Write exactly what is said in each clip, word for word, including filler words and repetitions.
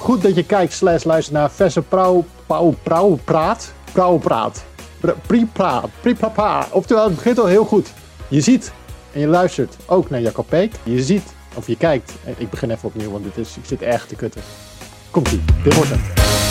goed dat je kijkt slash luistert naar Verse Prouw, Prouw, Prouw, Praat. Prouw, Praat. Pri-pra, pri-pra-pa. Oftewel, het begint al heel goed. Je ziet en je luistert ook naar Jacco Peek. Je ziet, of je kijkt. Ik begin even opnieuw, want dit is, ik zit erg te kutten. Komt-ie, dit wordt hem.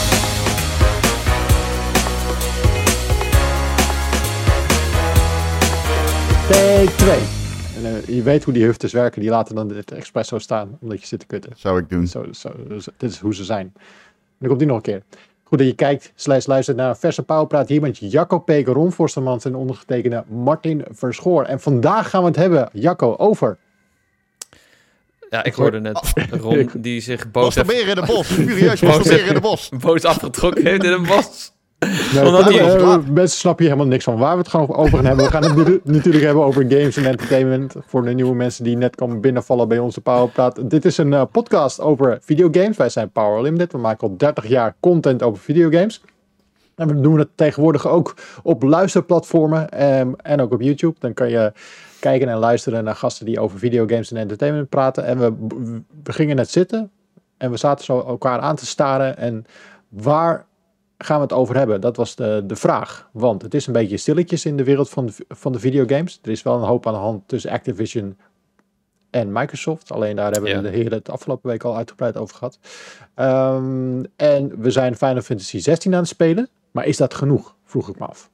Take twee. En, uh, je weet hoe die hufters werken, die laten dan het expres zo staan, omdat je zit te kutten. Zou ik doen. Zo, zo, dus, dit is hoe ze zijn. En dan komt die nog een keer. Goed dat je kijkt, slash luistert naar Verse Pauwpraat hier met Jacco Peek, Ron Forstermans en ondergetekende Martin Verschoor. En vandaag gaan we het hebben, Jacco, over... Ja, ik hoorde net Ron die zich boos... Masturberen in de bos, furieus masturberen in de bos. Boos afgetrokken heeft in een bos. Nee, Omdat die... uh, mensen snappen hier helemaal niks van waar we het gewoon over gaan hebben. We gaan het natuurlijk hebben over games en entertainment. Voor de nieuwe mensen die net komen binnenvallen bij onze Powerpraat. Dit is een uh, podcast over videogames. Wij zijn Power Limited. We maken al dertig jaar content over videogames. En we doen het tegenwoordig ook op luisterplatformen um, en ook op YouTube. Dan kan je kijken en luisteren naar gasten die over videogames en entertainment praten. En we, we gingen net zitten en we zaten zo elkaar aan te staren. En waar gaan we het over hebben? Dat was de, de vraag. Want het is een beetje stilletjes in de wereld van de, van de videogames. Er is wel een hoop aan de hand tussen Activision en Microsoft. Alleen daar hebben ja. we de heren het afgelopen week al uitgebreid over gehad. Um, en we zijn Final Fantasy zestien aan het spelen. Maar is dat genoeg? Vroeg ik me af.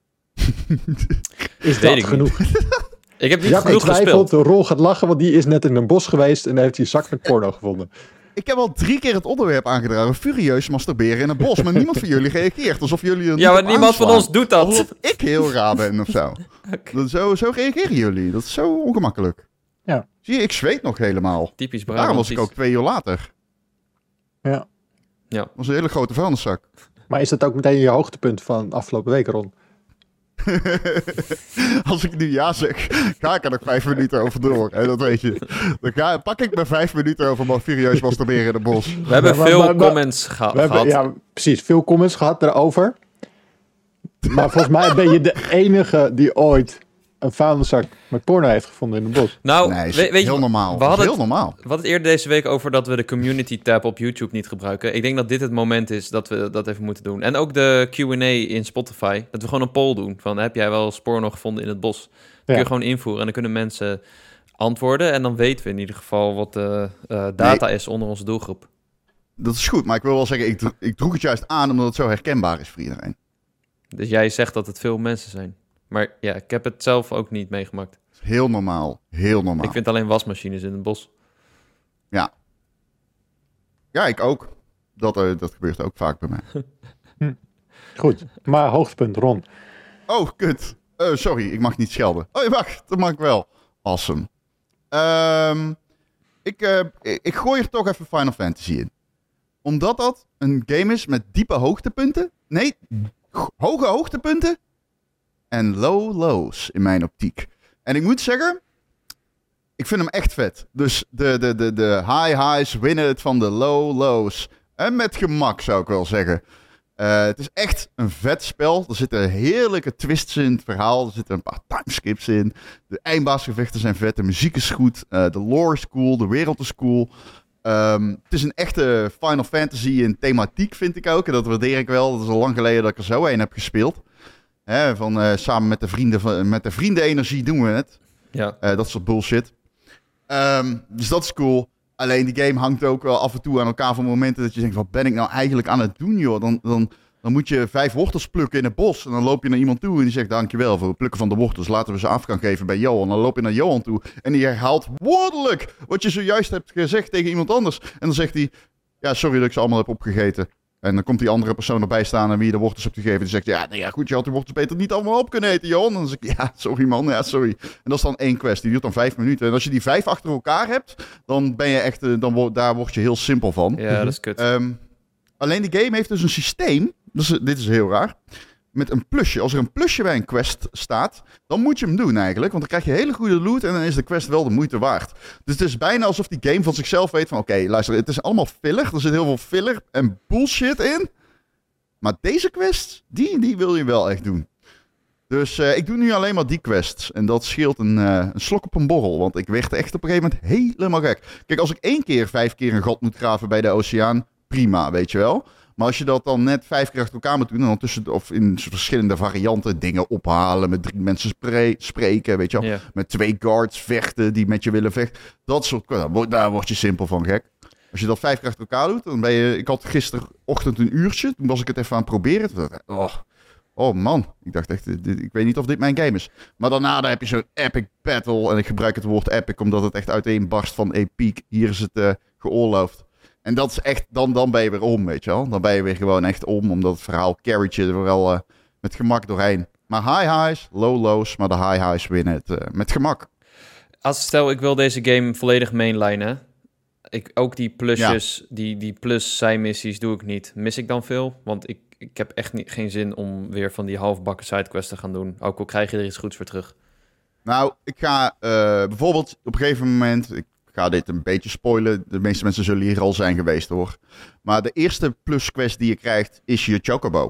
Is dat genoeg? Ik heb niet ja, genoeg gespeeld. De rol gaat lachen, want die is net in een bos geweest en daar heeft hij een zak met porno gevonden. Ik heb al drie keer het onderwerp aangedragen. Furieus masturberen in het bos. Maar niemand van jullie reageert. Alsof jullie er Ja, maar niet niemand aanslaan. van ons doet dat. Alsof ik heel raar ben of zo. Okay. Zo, zo reageren jullie. Dat is zo ongemakkelijk. Ja. Zie je, ik zweet nog helemaal. Typisch Brabant. Daarom was ik ook twee uur later. Ja. Ja. Dat was een hele grote vuilniszak. Maar is dat ook meteen je hoogtepunt van de afgelopen week, Ron? Als ik nu ja zeg, ga ik er nog vijf minuten over door. Hè, dat weet je. Dan ga, pak ik me vijf minuten over maar furieus masturberen in het bos. We hebben ja, maar, veel maar, maar, comments geha- we hebben, gehad. Ja, precies. Veel comments gehad erover. Maar volgens mij ben je de enige die ooit een vuilniszak met porno heeft gevonden in het bos. Nou, nee, is weet, weet heel je, normaal. We hadden, heel het, normaal. we hadden het eerder deze week over dat we de community tab op YouTube niet gebruiken. Ik denk dat dit het moment is dat we dat even moeten doen. En ook de Q en A in Spotify. Dat we gewoon een poll doen. Van, heb jij wel porno gevonden in het bos? Dat ja. kun je gewoon invoeren. En dan kunnen mensen antwoorden. En dan weten we in ieder geval wat de uh, data nee. is onder onze doelgroep. Dat is goed, maar ik wil wel zeggen, ik, dro- ik droeg het juist aan omdat het zo herkenbaar is voor iedereen. Dus jij zegt dat het veel mensen zijn. Maar ja, ik heb het zelf ook niet meegemaakt. Heel normaal, heel normaal. Ik vind alleen wasmachines in het bos. Ja. Ja, ik ook. Dat, uh, dat gebeurt ook vaak bij mij. hm. Goed, maar hoogtepunt, Ron. Oh, kut. Uh, sorry, ik mag niet schelden. Oh, wacht, dat mag ik wel. Awesome. Um, ik, uh, ik gooi er toch even Final Fantasy in. Omdat dat een game is met diepe hoogtepunten. Nee, hoge hoogtepunten. En low lows in mijn optiek. En ik moet zeggen, ik vind hem echt vet. Dus de, de, de, de high highs winnen het van de low lows. En met gemak zou ik wel zeggen. Uh, het is echt een vet spel. Er zitten heerlijke twists in het verhaal. Er zitten een paar timeskips in. De eindbaasgevechten zijn vet. De muziek is goed. Uh, de lore is cool. De wereld is cool. Um, het is een echte Final Fantasy in thematiek, vind ik ook. En dat waardeer ik wel. Dat is al lang geleden dat ik er zo een heb gespeeld. Hè, van uh, samen met de vrienden van, met de vriendenenergie doen we het. Ja. Uh, dat soort bullshit. Um, dus dat is cool. Alleen die game hangt ook wel af en toe aan elkaar van momenten dat je denkt, wat ben ik nou eigenlijk aan het doen, joh? Dan, dan, dan moet je vijf wortels plukken in het bos. En dan loop je naar iemand toe en die zegt, dankjewel voor het plukken van de wortels. Laten we ze af gaan geven bij Johan. Dan loop je naar Johan toe en die herhaalt woordelijk wat je zojuist hebt gezegd tegen iemand anders. En dan zegt hij, ja, sorry dat ik ze allemaal heb opgegeten. En dan komt die andere persoon erbij staan en wie je de wortels hebt gegeven. Die zegt, ja, nee, ja goed, je had de wortels beter niet allemaal op kunnen eten, Johan. En dan zeg ik, ja, sorry man, ja, sorry. En dat is dan één quest, die duurt dan vijf minuten. En als je die vijf achter elkaar hebt, dan ben je echt, dan wo- daar word je heel simpel van. Ja, dat is kut. Um, alleen die game heeft dus een systeem, dus dit is heel raar, met een plusje. Als er een plusje bij een quest staat, dan moet je hem doen eigenlijk. Want dan krijg je hele goede loot en dan is de quest wel de moeite waard. Dus het is bijna alsof die game van zichzelf weet van, oké, okay, luister, het is allemaal filler. Er zit heel veel filler en bullshit in. Maar deze quest, die, die wil je wel echt doen. Dus uh, ik doe nu alleen maar die quests. En dat scheelt een, uh, een slok op een borrel. Want ik werd echt op een gegeven moment helemaal gek. Kijk, als ik één keer vijf keer een gat moet graven bij de oceaan, prima, weet je wel. Maar als je dat dan net vijf keer achter elkaar moet doen... en dan tussen, of in verschillende varianten dingen ophalen... met drie mensen spre- spreken, weet je wel. Ja. Met twee guards vechten die met je willen vechten. Dat soort... Daar word je simpel van gek. Als je dat vijf keer achter elkaar doet... dan ben je... Ik had gisterochtend een uurtje. Toen was ik het even aan het proberen. Toen dacht ik, oh, oh man. Ik dacht echt... Dit, ik weet niet of dit mijn game is. Maar daarna dan heb je zo'n epic battle. En ik gebruik het woord epic... omdat het echt uiteenbarst van epiek. Hier is het uh, geoorloofd. En dat is echt, dan, dan ben je weer om, weet je wel. Dan ben je weer gewoon echt om, omdat het verhaal carryt je er wel uh, met gemak doorheen. Maar high highs, low lows, maar de high highs winnen het uh, met gemak. Als stel, ik wil deze game volledig mainlinen. Ik, ook die plusjes, ja. die, die plus-zijmissies doe ik niet. Mis ik dan veel? Want ik, ik heb echt niet, geen zin om weer van die halfbakken sidequests te gaan doen. Ook al krijg je er iets goeds voor terug. Nou, ik ga uh, bijvoorbeeld op een gegeven moment... Ik, Ik ga dit een beetje spoilen. De meeste mensen zullen hier al zijn geweest, hoor. Maar de eerste plus-quest die je krijgt is je Chocobo.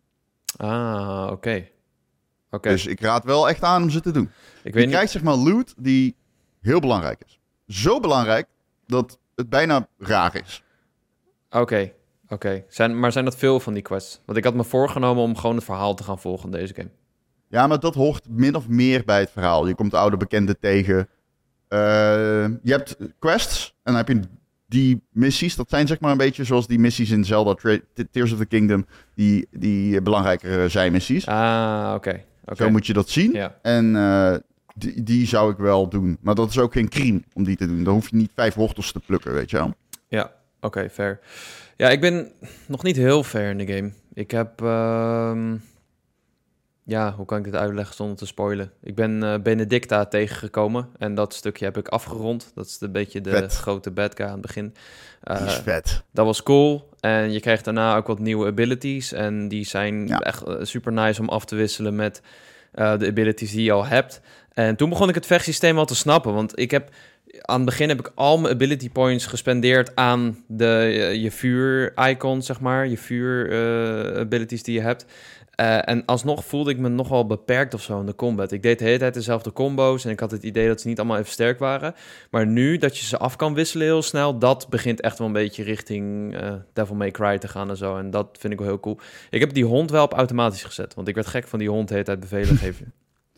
Ah, oké. Okay. Okay. Dus ik raad wel echt aan om ze te doen. Ik weet je niet... krijgt zeg maar loot die heel belangrijk is. Zo belangrijk dat het bijna raar is. Oké, okay. oké. Okay. Maar zijn dat veel van die quests? Want ik had me voorgenomen om gewoon het verhaal te gaan volgen in deze game. Ja, maar dat hoort min of meer bij het verhaal. Je komt de oude bekenden tegen... Uh, je hebt quests en dan heb je die missies. Dat zijn zeg maar een beetje zoals die missies in Zelda Tra- Tears of the Kingdom. Die, die belangrijkere zijn missies. Ah, oké. Okay. Okay. Zo moet je dat zien. Ja. En uh, die, die zou ik wel doen. Maar dat is ook geen crime om die te doen. Dan hoef je niet vijf wortels te plukken, weet je wel. Ja, oké, okay, fair. Ja, ik ben nog niet heel ver in de game. Ik heb... Uh... Ja, hoe kan ik dit uitleggen zonder te spoilen? Ik ben uh, Benedicta tegengekomen en dat stukje heb ik afgerond. Dat is een beetje de vet. grote bad guy aan het begin. Uh, die is vet. Dat was cool. En je krijgt daarna ook wat nieuwe abilities. En die zijn ja. echt uh, super nice om af te wisselen met uh, de abilities die je al hebt. En toen begon ik het vechtsysteem al te snappen. Want ik heb... Aan het begin heb ik al mijn ability points gespendeerd aan de, uh, je vuur-icons, zeg maar. Je vuur-abilities uh, die je hebt. Uh, en alsnog voelde ik me nogal beperkt of zo in de combat. Ik deed de hele tijd dezelfde combo's en ik had het idee dat ze niet allemaal even sterk waren. Maar nu dat je ze af kan wisselen heel snel, dat begint echt wel een beetje richting uh, Devil May Cry te gaan en zo. En dat vind ik wel heel cool. Ik heb die hond wel op automatisch gezet, want ik werd gek van die hond de hele tijd bevelen geven.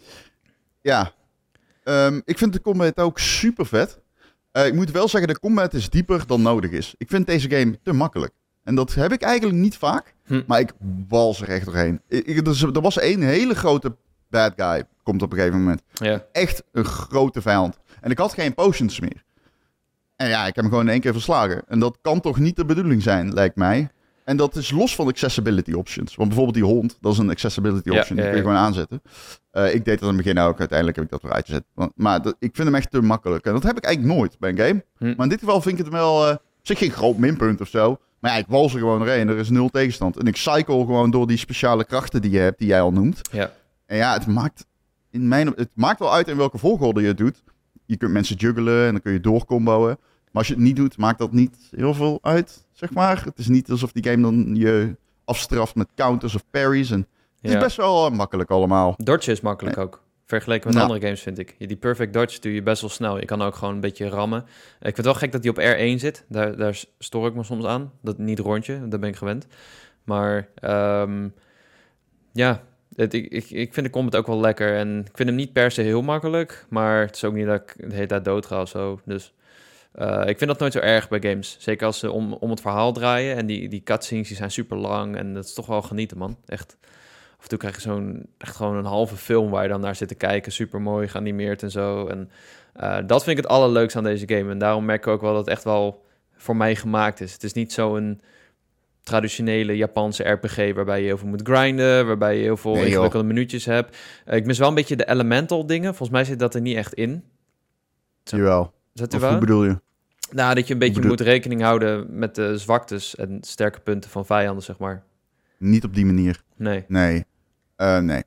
Ja, um, ik vind de combat ook super vet. Uh, ik moet wel zeggen, de combat is dieper dan nodig is. Ik vind deze game te makkelijk. En dat heb ik eigenlijk niet vaak. Hm. Maar ik wals er echt doorheen. Ik, ik, er, er was één hele grote bad guy. Komt op een gegeven moment. Ja. Echt een grote vijand. En ik had geen potions meer. En ja, ik heb hem gewoon in één keer verslagen. En dat kan toch niet de bedoeling zijn, lijkt mij. En dat is los van accessibility options. Want bijvoorbeeld die hond, dat is een accessibility option. Ja, ja, ja. Die kun je gewoon aanzetten. Uh, ik deed dat in het begin ook. Uiteindelijk heb ik dat weer uitgezet. Want, maar dat, ik vind hem echt te makkelijk. En dat heb ik eigenlijk nooit bij een game. Hm. Maar in dit geval vind ik het wel... Uh, zeg geen groot minpunt of zo. Maar ja, ik wals er gewoon doorheen. Er is nul tegenstand. En ik cycle gewoon door die speciale krachten die je hebt, die jij al noemt. Ja. En ja, het maakt, in mijn, het maakt wel uit in welke volgorde je het doet. Je kunt mensen juggelen en dan kun je doorcomboen. Maar als je het niet doet, maakt dat niet heel veel uit, zeg maar. Het is niet alsof die game dan je afstraft met counters of parries. En het ja. is best wel uh, makkelijk allemaal. Dodge is makkelijk nee. ook. Vergeleken met nou. andere games, vind ik. Die perfect dodge doe je best wel snel. Je kan ook gewoon een beetje rammen. Ik vind het wel gek dat die op R één zit. Daar, daar stoor ik me soms aan. Dat niet rondje, daar ben ik gewend. Maar um, ja, het, ik, ik, ik vind de combat ook wel lekker. En ik vind hem niet per se heel makkelijk. Maar het is ook niet dat ik de hele tijd dood ga of zo. Dus uh, ik vind dat nooit zo erg bij games. Zeker als ze om, om het verhaal draaien. En die, die cutscenes die zijn super lang. En dat is toch wel genieten, man. Echt. Af en toe krijg je zo'n echt gewoon een halve film waar je dan naar zit te kijken. Super mooi geanimeerd en zo. En uh, dat vind ik het allerleukste aan deze game. En daarom merk ik ook wel dat het echt wel voor mij gemaakt is. Het is niet zo'n traditionele Japanse R P G waarbij je heel veel moet grinden, waarbij je heel veel nee, ingewikkelde minuutjes hebt. Uh, ik mis wel een beetje de elemental dingen. Volgens mij zit dat er niet echt in. Zo. Jawel. Zat er wel? Hoe bedoel je? Nou, dat je een beetje moet rekening houden met de zwaktes en sterke punten van vijanden, zeg maar. Niet op die manier. Nee. Nee. Uh, nee.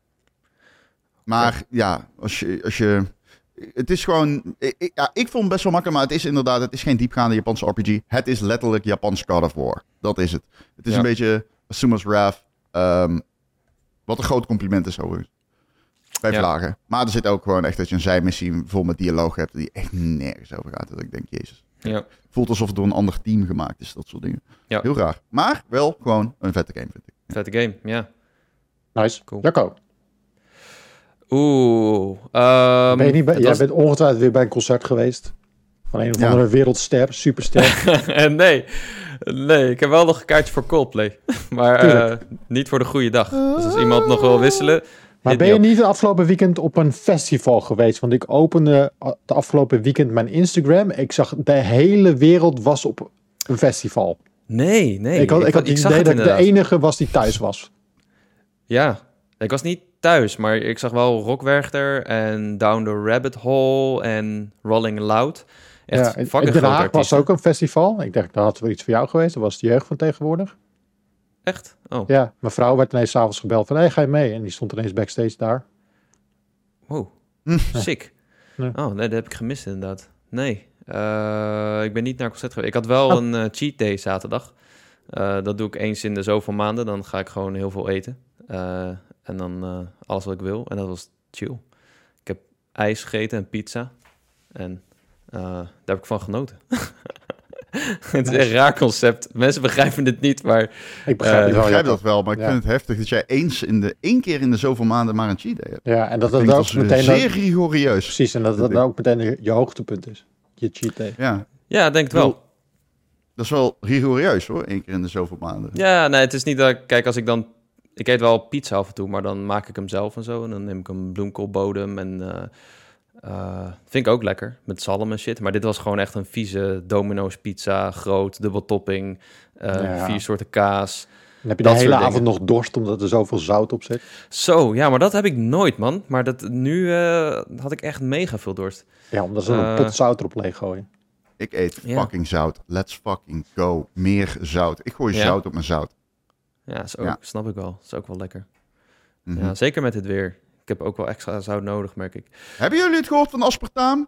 Maar okay. ja, als je, als je... Het is gewoon... Ik, ja, ik vond het best wel makkelijk, maar het is inderdaad... Het is geen diepgaande Japanse R P G. Het is letterlijk Japans God of War. Dat is het. Het is ja. een beetje Asuma's Wrath. Um, wat een groot compliment is overigens. Bij ja. vlagen. Maar er zit ook gewoon echt dat je een zijmissie vol met dialoog hebt... die echt nergens over gaat. Dat ik denk, jezus. Ja. Voelt alsof het door een ander team gemaakt is, dat soort dingen. Ja. Heel raar. Maar wel gewoon een vette game, vind ik. Vette game, ja. Nice. Cool. Jacco, Oeh. Um, ben je niet bij, het jij was- bent ongetwijfeld weer bij een concert geweest. Van een of Ja. andere wereldster, superster. nee. nee, ik heb wel nog een kaartje voor Coldplay. maar Tuurlijk. uh, niet voor de goede dag. Dus als iemand nog wil wisselen... Maar hit ben me je up. niet het afgelopen weekend op een festival geweest? Want ik opende de afgelopen weekend mijn Instagram. Ik zag de hele wereld was op een festival. Nee, nee. ik had, ik had het zag idee het dat ik de inderdaad. enige was die thuis was. Ja, ik was niet thuis, maar ik zag wel Rockwerchter en Down the Rabbit Hole en Rolling Loud. Echt Ja, en- fucking en Den grote Haag was artiesten. ook een festival. Ik dacht, dat had wel iets voor jou geweest. Dat was de jeugd van tegenwoordig. Echt? Oh, Ja, mijn vrouw werd ineens 's avonds gebeld van, hey, ga je mee? En die stond ineens backstage daar. wow. Hm. Sick. Nee. Oh, nee, dat heb ik gemist inderdaad. Nee, uh, ik ben niet naar een concert geweest. Ik had wel Oh. een uh, cheat day zaterdag. Uh, dat doe ik eens in de zoveel maanden. Dan ga ik gewoon heel veel eten. Uh, en dan uh, alles wat ik wil. En dat was chill. Ik heb ijs gegeten en pizza. En uh, daar heb ik van genoten. Het is Nice. een raar concept. Mensen begrijpen dit niet, maar... Ik begrijp Eh, het Ik wel, begrijp Jacco. dat wel, maar ik Ja. vind het heftig dat jij eens in de één keer in de zoveel maanden maar een cheat day hebt. Ja, en dat Dat dat klinkt ook als meteen... zeer rigoureus. Precies, en dat dat Dat ook meteen je hoogtepunt is. Je cheat day. Ja, Ja, ik denk het wel. dat is wel rigoureus hoor, één keer in de zoveel maanden. Ja, nee, het is niet dat... ik- Kijk, als ik dan... Ik eet wel pizza af en toe, maar dan maak ik hem zelf en zo. En dan neem ik een bloemkoolbodem en... uh, uh, vind ik ook lekker, met zalm en shit. Maar dit was gewoon echt een vieze Domino's pizza. Groot, dubbel topping. Uh, Ja. Vier soorten kaas. Dan heb je de Dat hele soort avond dingen. nog dorst, omdat er zoveel zout op zit. Zo, ja, maar dat heb ik nooit, man. Maar dat, nu uh, had ik echt mega veel dorst. Ja, omdat ze Uh, een pot zout erop leeg gooien. Ik eet Ja. fucking zout. Let's fucking go. Meer zout. Ik gooi Ja. zout op mijn zout. Ja, is ook, Ja. snap ik wel. Dat is ook wel lekker. Mhm. Ja, zeker met het weer. Ik heb ook wel extra zout nodig, merk ik. Hebben jullie het gehoord van aspartaam?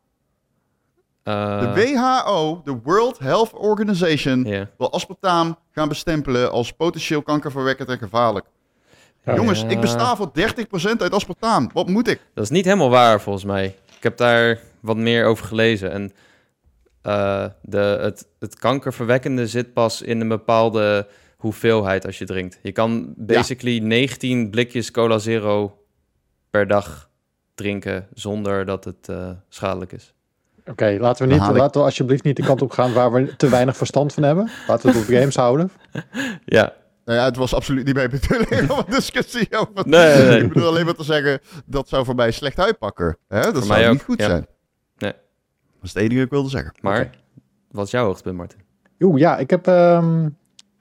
Uh, De W H O, de World Health Organization, ja. wil aspartaam gaan bestempelen als potentieel kankerverwekkend en gevaarlijk. Ja. Jongens, Ja. ik besta voor dertig procent uit aspartaam. Wat moet ik? Dat is niet helemaal waar, volgens mij. Ik heb daar wat meer over gelezen. En uh, de, het, het kankerverwekkende zit pas in een bepaalde hoeveelheid als je drinkt. Je kan basically negentien blikjes Cola Zero per dag drinken zonder dat het uh, schadelijk is. Oké, okay, laten we Dan niet, haal ik- laten we alsjeblieft niet de kant op gaan waar we te weinig verstand van hebben. Laten we het op games houden. Ja, Nou ja, het was absoluut niet mijn bedoeling om een discussie over. Nee, nee, nee. Ik bedoel alleen maar te zeggen, dat zou voor mij slecht uitpakken. Hè? Dat Voor zou mij niet ook, goed ja. zijn. Nee. Dat is het enige dat ik wilde zeggen. maar Oké. wat is jouw hoogtepunt, Martin? Oeh, ja, ik heb... Um,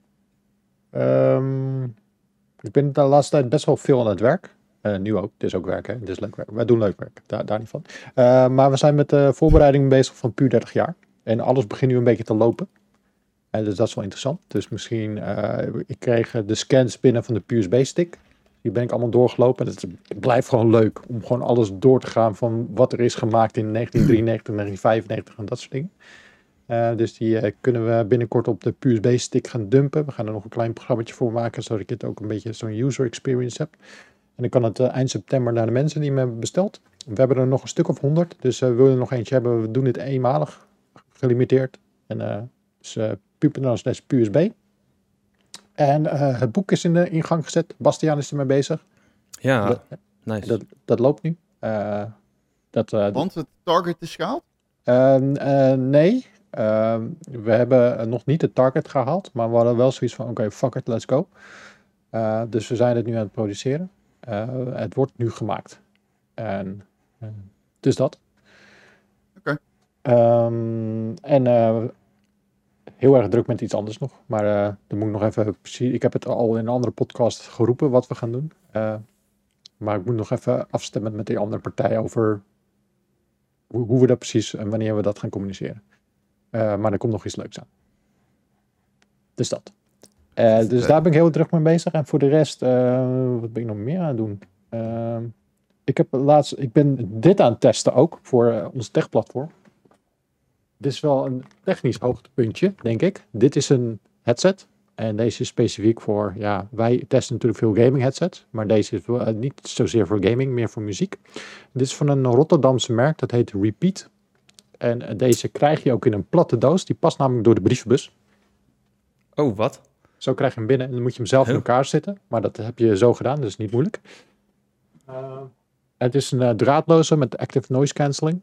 um, ik ben de laatste tijd best wel veel aan het werk. Uh, nu ook, het is ook werk, hè. Het is leuk werk. Wij doen leuk werk, daar, daar niet van. Uh, maar we zijn met de voorbereiding bezig van Puur dertig jaar. En alles begint nu een beetje te lopen. En dus dat is wel interessant. Dus misschien, uh, ik kreeg de scans binnen van de P U S B-stick. Die ben ik allemaal doorgelopen. En het, het blijft gewoon leuk om gewoon alles door te gaan van wat er is gemaakt in negentien drieënnegentig, negentien vijfennegentig en dat soort dingen. Uh, dus die uh, kunnen we binnenkort op de P U S B-stick gaan dumpen. We gaan er nog een klein programmaatje voor maken, zodat ik het ook een beetje zo'n user experience heb. En ik kan het uh, eind september naar de mensen die me hebben besteld. We hebben er nog een stuk of honderd. Dus uh, wil je er nog eentje hebben, we doen dit eenmalig, gelimiteerd. En uh, dus uh, puur.nl slash P U S B. En uh, het boek is in de ingang gezet. Bastiaan is ermee bezig. Ja, Dat, nice. dat, dat loopt nu. Uh, dat, uh, Want het target is gehaald? Uh, uh, nee, uh, we hebben nog niet het target gehaald, maar we hadden wel zoiets van, oké, okay, fuck it, let's go. Uh, dus we zijn het nu aan het produceren. Uh, het wordt nu gemaakt. En uh, dus dat. Oké. Okay. Um, en uh, heel erg druk met iets anders nog, maar uh, dan moet ik nog even precies, ik heb het al in een andere podcast geroepen wat we gaan doen. Uh, maar ik moet nog even afstemmen met die andere partij over hoe we dat precies en wanneer we dat gaan communiceren. Uh, maar er komt nog iets leuks aan. Dus dat. Uh, dus uh, daar ben ik heel druk mee bezig. En voor de rest, uh, wat ben ik nog meer aan het doen? Uh, ik, heb laatst, ik ben dit aan het testen ook voor uh, ons techplatform. Dit is wel een technisch hoogtepuntje, denk ik. Dit is een headset. En deze is specifiek voor, ja, wij testen natuurlijk veel gaming headsets. Maar deze is uh, niet zozeer voor gaming, meer voor muziek. Dit is van een Rotterdamse merk, dat heet Repeat. En uh, deze krijg je ook in een platte doos. Die past namelijk door de brievenbus. Oh, wat? Zo krijg je hem binnen en dan moet je hem zelf in elkaar zetten. Maar dat heb je zo gedaan, dus niet moeilijk. Uh, het is een uh, draadloze met active noise cancelling.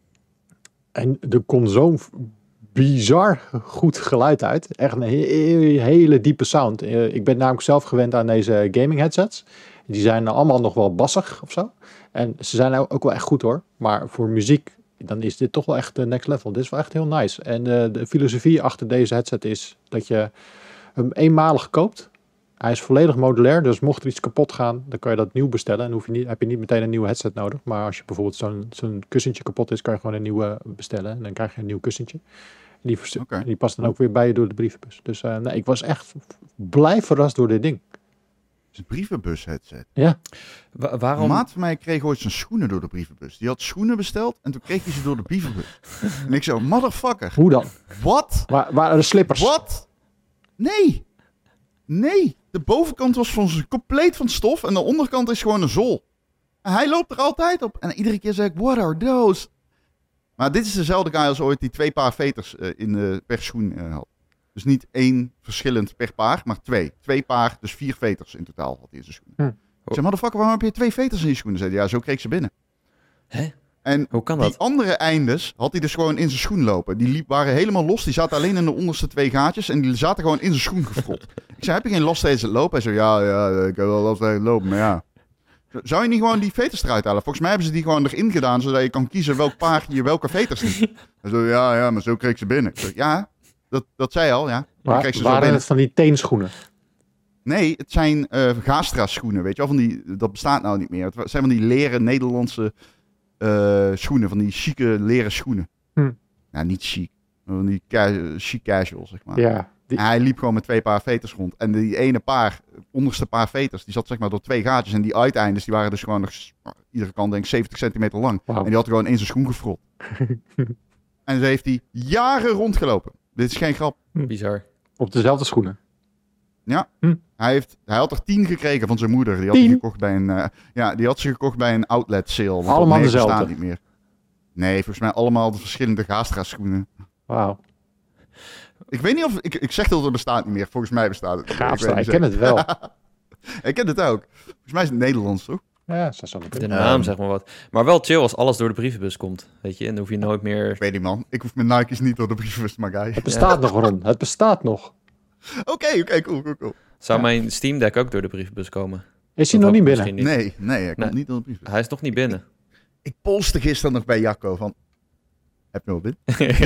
En er komt zo'n bizar goed geluid uit. Echt een he- hele diepe sound. Uh, ik ben namelijk zelf gewend aan deze gaming headsets. Die zijn allemaal nog wel bassig of zo. En ze zijn ook wel echt goed hoor. Maar voor muziek, dan is dit toch wel echt de next level. Dit is wel echt heel nice. En uh, de filosofie achter deze headset is dat je hem eenmalig koopt. Hij is volledig modulair, dus mocht er iets kapot gaan, dan kan je dat nieuw bestellen. En hoef je niet, heb je niet meteen een nieuwe headset nodig. Maar als je bijvoorbeeld zo'n, zo'n kussentje kapot is, kan je gewoon een nieuwe bestellen. En dan krijg je een nieuw kussentje. En die, vers- Okay. die past dan ook weer bij je door de brievenbus. Dus uh, nee, ik was echt blij verrast door dit ding. Het is een brievenbus headset. Ja. Wa- Een waarom? maat van mij kreeg ooit zijn schoenen door de brievenbus. Die had schoenen besteld en toen kreeg hij ze door de brievenbus. En ik zo, motherfucker. Hoe dan? Wat? Waar, waren er slippers? Wat? Nee. Nee. De bovenkant was van compleet van stof en de onderkant is gewoon een zool. En hij loopt er altijd op. En iedere keer zeg ik, what are those? Maar dit is dezelfde guy als ooit die twee paar veters uh, in, uh, per schoen uh, had. Dus niet één verschillend per paar, maar twee. Twee paar, dus vier veters in totaal had hij in zijn schoenen. Hm. Ik zei, motherfucker, waarom heb je twee veters in je schoenen? Zei hij, ja, zo kreeg ik ze binnen. Hè? En Hoe kan die dat? andere eindes had hij dus gewoon in zijn schoen lopen. Die liep, waren helemaal los. Die zaten alleen in de onderste twee gaatjes. En die zaten gewoon in zijn schoen gefrot. Ik zei, heb je geen last tijdens het lopen? Hij zei, ja, ja, ik heb wel last tijdens het lopen, maar ja. Zou je niet gewoon die veters eruit halen? Volgens mij hebben ze die gewoon erin gedaan, zodat je kan kiezen welk paar je welke veters niet. Hij zei, ja, ja, maar zo kreeg ik ze binnen. Ik zei, ja, dat, dat zei je al, ja. Waar, kreeg ze zo waren binnen. het van die teenschoenen? Nee, het zijn uh, Gastra schoenen, weet je wel. Van die, dat bestaat nou niet meer. Het zijn van die leren Nederlandse uh, schoenen. Van die chique leren schoenen. Hm. Nou, niet chic. Van die ca- chic casual, zeg maar. Ja. Die... En hij liep gewoon met twee paar veters rond. En die ene paar, onderste paar veters, die zat zeg maar door twee gaatjes. En die uiteindes, die waren dus gewoon nog, iedere kant denk ik zeventig centimeter lang. Wow. En die had gewoon in zijn schoen gefrot. En zo heeft hij jaren rondgelopen. Dit is geen grap. Bizar. Op dezelfde schoenen. Ja, hm. hij, heeft, hij had er tien gekregen van zijn moeder. Die had tien? ze gekocht bij een, uh, ja, die had ze gekocht bij een outlet sale. Want allemaal nee, dezelfde? Bestaat niet meer. Nee, volgens mij allemaal de verschillende Gastra schoenen. Wauw. Ik weet niet of... Ik, ik zeg dat het bestaat niet meer. Volgens mij bestaat het niet meer. Gaafstra, ik weet ken niet het wel. Ik ken het ook. Volgens mij is het Nederlands, toch? Ja, zo zal het De kunnen. naam, Um, zeg maar wat. Maar wel chill als alles door de brievenbus komt. Weet je, en dan hoef je nooit meer... Ik weet niet, man. Ik hoef mijn Nike's niet door de brievenbus te maken. Het bestaat nog, Ron. Het bestaat nog. Oké, oké, cool, cool, cool. Zou Ja. mijn Steam Deck ook door de brievenbus komen? Is hij Dat nog niet ook binnen? misschien Nee, nee, hij komt Nee. niet door de brievenbus. Hij is nog niet binnen. Ik polste gisteren nog bij Jacco van... Heb je wel binnen?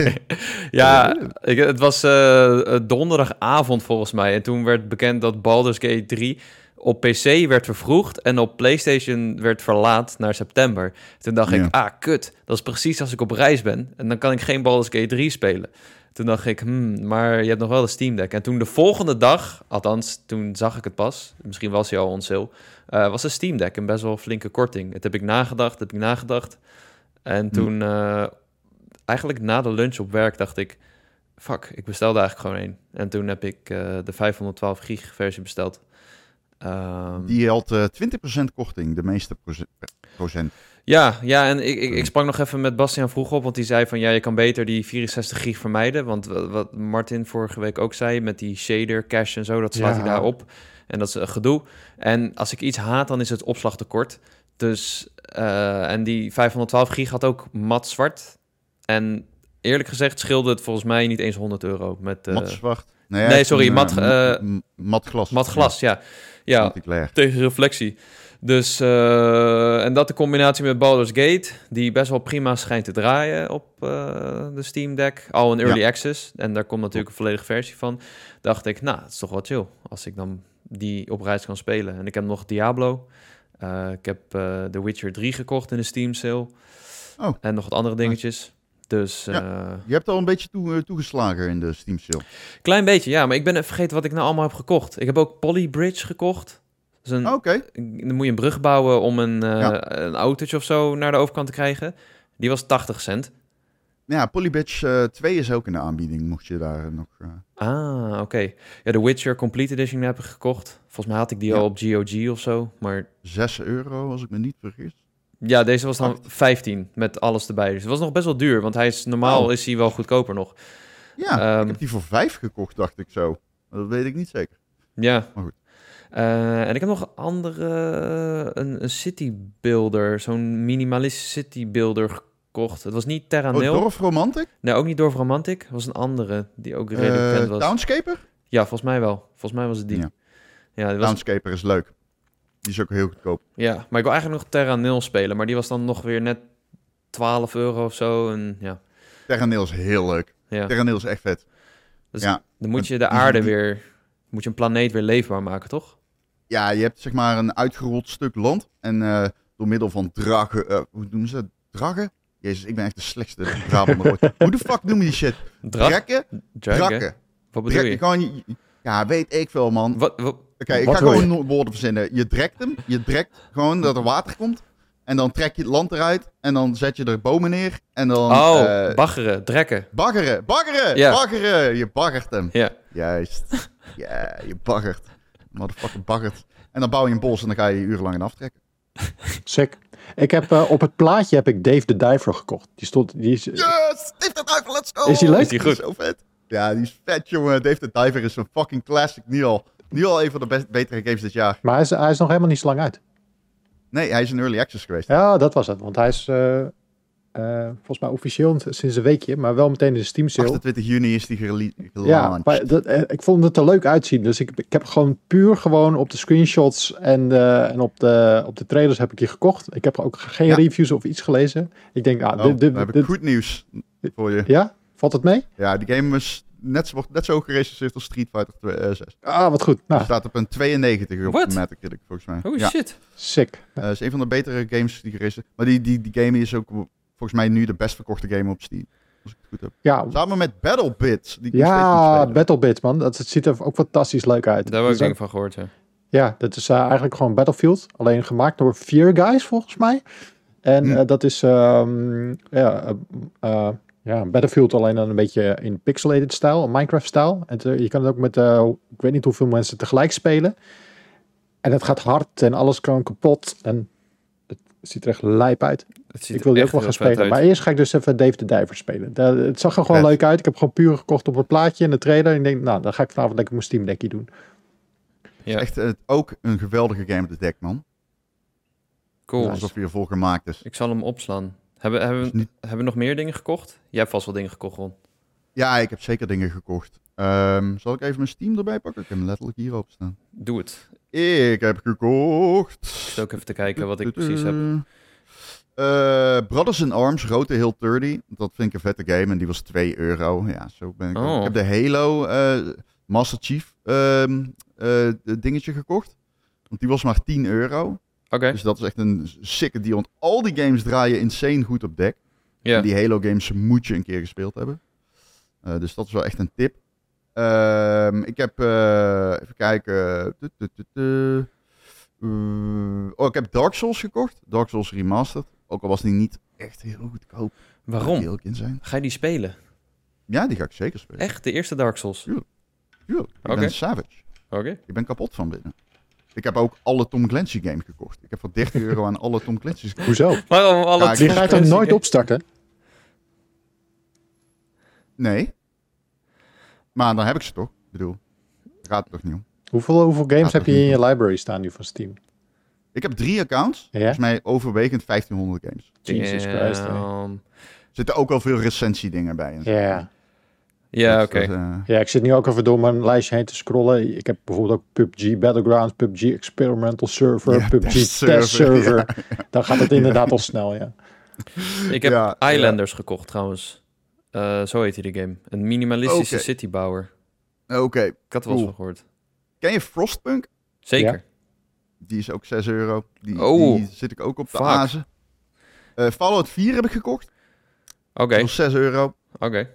Ja, ik, het was uh, donderdagavond volgens mij. En toen werd bekend dat Baldur's Gate drie op P C werd vervroegd en op PlayStation werd verlaat naar september. Toen dacht Ja. ik, ah, kut. Dat is precies als ik op reis ben. En dan kan ik geen Baldur's Gate drie spelen. Toen dacht ik, hmm, maar je hebt nog wel de Steam Deck. En toen de volgende dag, althans, toen zag ik het pas. Misschien was hij al on sale. Uh, was de Steam Deck een best wel flinke korting. Het heb ik nagedacht, heb ik nagedacht. En toen... Uh, eigenlijk na de lunch op werk dacht ik... fuck, ik bestelde eigenlijk gewoon één. En toen heb ik uh, de vijfhonderdtwaalf gig versie besteld. Um, Die had uh, twintig procent korting, de meeste proce- procent. Ja, ja, en ik, ik, ik sprak nog even met Bastiaan vroeg op... want die zei van, ja, je kan beter die vierenzestig gig vermijden. Want wat Martin vorige week ook zei... met die shader, cache en zo, dat slaat Ja. hij daarop. En dat is een gedoe. En als ik iets haat, dan is het opslagtekort. Dus, uh, en die vijfhonderdtwaalf gig had ook mat zwart... En eerlijk gezegd scheelde het volgens mij niet eens honderd euro. Met, uh... Mat zwart? Nee, nee sorry, een, mat, uh, uh, m- mat glas. Mat glas, ja. Ja, ja tegen reflectie. Dus, uh, en dat de combinatie met Baldur's Gate, die best wel prima schijnt te draaien op uh, de Steam Deck. Al in early ja. access. En daar komt natuurlijk een volledige versie van. Dacht ik, nou, het is toch wel chill. Als ik dan die op reis kan spelen. En ik heb nog Diablo. Uh, ik heb uh, The Witcher drie gekocht in de Steam sale. Oh. En nog wat andere dingetjes. Dus, ja, uh, je hebt al een beetje toe, uh, toegeslagen in de Steam sale. Klein beetje, ja. Maar ik ben even vergeten wat ik nou allemaal heb gekocht. Ik heb ook Polybridge gekocht. Dus Oké. Okay. Dan moet je een brug bouwen om een, uh, ja. een autootje of zo naar de overkant te krijgen. Die was tachtig cent. Ja, Polybridge uh, twee is ook in de aanbieding, mocht je daar nog... Uh... Ah, oké. Okay. Ja, de Witcher Complete Edition heb ik gekocht. Volgens mij had ik die ja. al op G O G of zo, maar... zes euro, als ik me niet vergis. Ja, deze was dan Acht. vijftien met alles erbij. Dus het was nog best wel duur, want hij is, normaal Oh. is hij wel goedkoper nog. Ja, Ehm, ik heb die voor vijf gekocht, dacht ik zo. Maar dat weet ik niet zeker. Ja. Maar goed. Eh, en ik heb nog een andere, een, een city builder, zo'n minimalist city builder gekocht. Het was niet Terra Oh, Nil. Dorf Romantic? Nee, ook niet Dorf Romantic. Het was een andere die ook redelijk Eh, bekend was. Townscaper? Ja, volgens mij wel. Volgens mij was het die. Ja. Ja, die was, Townscaper is leuk. Die is ook heel goedkoop. ja, maar ik wil eigenlijk nog Terra Nil spelen, maar die was dan nog weer net twaalf euro of zo. En ja, Terra Nil is heel leuk. ja. Terra Nil is echt vet. Dus ja. dan moet je de Die- aarde die- weer, moet je een planeet weer leefbaar maken, toch? Ja, je hebt zeg maar een uitgerold stuk land. En eh, door middel van dragen... eh, hoe noemen ze dat? Dragen? Jezus, ik ben echt de slechtste Brabander ooit. Hoe de fuck noem je die shit? Drak? Drekken? Draken? Drakken. Wat bedoel Drekken. je? Gewoon, je- ja, weet ik veel, man. Wat, wat, Oké, ik Wat ga wil gewoon je? no- woorden verzinnen. Je drekt hem. Je drekt gewoon dat er water komt. En dan trek je het land eruit. En dan zet je er bomen neer. En dan... oh, eh, baggeren, drekken. baggeren. Baggeren. Ja. Baggeren. Je baggert hem. Ja. Juist. Ja, je baggert. Motherfucker baggert. En dan bouw je een bos en dan ga je je urenlang in aftrekken. Sick. Ik heb eh, op het plaatje heb ik Dave the Diver gekocht. Die stond, die is, Yes! Dave the Diver, let's go! Is die leuk? Is die goed? Zo vet. Ja, die is vet, jongen. Dave the Diver is een fucking classic. Nu al. Nu al een van de best, betere games dit jaar. maar hij is, hij is nog helemaal niet zo lang uit. Nee, hij is in early access geweest. Ja, dat was het. Want hij is eh, eh, volgens mij officieel sinds een weekje, maar wel meteen in de Steam sale. achtentwintig juni is die gerele- Ja, gelaunched. maar dat, eh, ik vond het er leuk uitzien. Dus ik, ik heb gewoon puur gewoon op de screenshots en, eh, en op, de, op de trailers heb ik die gekocht. Ik heb ook geen Ja. reviews of iets gelezen. Ik denk, ah, Oh, dit, dit, dan heb ik dit- goed nieuws voor je. ja, valt het mee? Ja, die game is net, wordt net zo gerecenseerd als Street Fighter zes. Ah, wat goed. Hij Nou, staat op een tweeënnegentig op What? Metacritic, volgens mij. Oh ja, shit. sick. eh, is een van de betere games die gerecenseerd. Maar die, die, die game is ook volgens mij nu de best verkochte game op Steam. Als ik het goed heb. Ja, Samen met BattleBits. Die ik nog steeds moet ja spelen. BattleBit, man. Dat, het ziet er ook fantastisch leuk uit. Daar heb ik Dus, ook dingen van gehoord, ja. ja, dat is eh, eigenlijk gewoon Battlefield. Alleen gemaakt door vier guys, volgens mij. En Hm. eh, dat is ehm, ja, eh, eh, ja, Battlefield alleen dan een beetje in pixelated stijl, Minecraft stijl. En te- je kan het ook met, eh, ik weet niet hoeveel mensen tegelijk spelen. En het gaat hard en alles kan kapot. En het ziet er echt lijp uit. Het ziet Ik wil die ook echt wel gaan heel vet spelen. uit. Maar eerst ga ik dus even Dave the Diver spelen. Da- het zag er gewoon Vet. leuk uit. Ik heb gewoon puur gekocht op het plaatje en de trailer. En ik denk, nou, dan ga ik vanavond lekker mijn Steam Deckje doen. is Ja, echt eh, ook een geweldige game op de deck, man. cool. Alsof hij ervoor gemaakt is. Ik zal hem opslaan. Hebben, hebben, Is niet- hebben we nog meer dingen gekocht? Jij hebt vast wel dingen gekocht, Ron. Ja, ik heb zeker dingen gekocht. Ehm, zal ik even mijn Steam erbij pakken? Ik heb hem letterlijk hier op staan. Doe het. Ik heb gekocht. Ik zit ook even te kijken wat ik precies heb. Eh, Brothers in Arms, Rote Hill dertig. Dat vind ik een vette game en die was twee euro. Ja, zo ben ik ook. Oh. Ik heb de Halo eh, Master Chief ehm, eh, dingetje gekocht. Want die was maar tien euro. Oké, Dus dat is echt een sicke deal. Want al die games draaien insane goed op deck. ja. En die Halo games moet je een keer gespeeld hebben. Eh, dus dat is wel echt een tip. Ehm, ik heb, eh, even kijken. Tu, tu, tu, tu. Eh, oh, ik heb Dark Souls gekocht. Dark Souls Remastered. Ook al was die niet echt heel goedkoop. Moet ik Waarom? eerlijk in zijn. Ga je die spelen? Ja, die ga ik zeker spelen. Echt? De eerste Dark Souls? Tuurlijk. Ik Oké. ben savage. Oké. Ik ben kapot van binnen. Ik heb ook alle Tom Clancy games gekocht. Ik heb voor dertig euro aan alle Tom Clancy's gekocht. Hoezo? Waarom alle Ja, ik- Die ga je toch nooit opstarten? Nee. Maar dan heb ik ze toch. Ik bedoel, daar gaat het toch niet om. Hoeveel, hoeveel games Ja, heb je dat in niet. je library staan nu van Steam? Ik heb drie accounts. Ja? Volgens mij overwegend vijftienhonderd games. Jesus Christ. hè. Damn. Er zitten ook wel veel recensiedingen bij. en zo. Ja. Ja, Dus oké. dat, eh, Ja, ik zit nu ook even door mijn lijstje heen te scrollen. Ik heb bijvoorbeeld ook P U B G Battlegrounds, P U B G Experimental Server, Ja, P U B G test Test server, Server. Dan gaat het inderdaad al snel, ja. Ik heb Ja, ja. Islanders gekocht trouwens. Eh, zo heet hij de game. Een minimalistische Oké. citybouwer. Oké. Ik had er wel eens Cool. van gehoord. Ken je Frostpunk? Zeker. Ja. Die is ook zes euro. Die, Oh. die zit ik ook op de Fuck. azen. Eh, Fallout vier heb ik gekocht. Oké, Dat was zes euro. oké.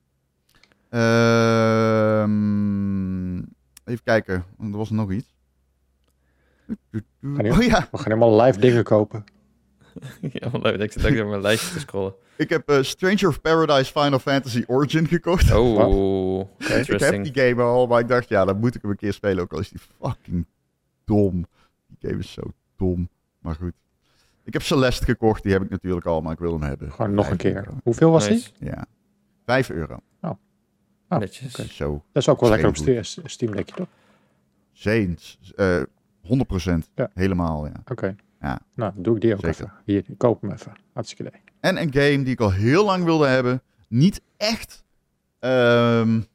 Ehm, even kijken. want Er was nog iets. Kan je- Oh ja. We gaan helemaal live dingen kopen. Ja, wel leuk. Ik zit ook door mijn lijstje te scrollen. Ik heb eh, Stranger of Paradise Final Fantasy Origin gekocht. Oh, Ik heb interesting. die game al, maar ik dacht, ja, dan moet ik hem een keer spelen. Ook al is die fucking dom. Die game is zo dom. Maar goed. Ik heb Celeste gekocht, die heb ik natuurlijk al, maar ik wil hem hebben. Gewoon nog een Vijf keer. euro. Hoeveel was Nice. die? Ja, vijf euro. Oh, Netjes. oké. Zo, Dat is ook wel lekker op Extreem Ste- Steam Deckje, toch? Zeens. Uh, honderd procent. Ja. Helemaal, ja. Oké. Okay. Ja. Nou, dan doe ik die ook Zeker. even. Hier, ik koop hem even. Hartstikke idee. En een game die ik al heel lang wilde hebben. Niet echt um,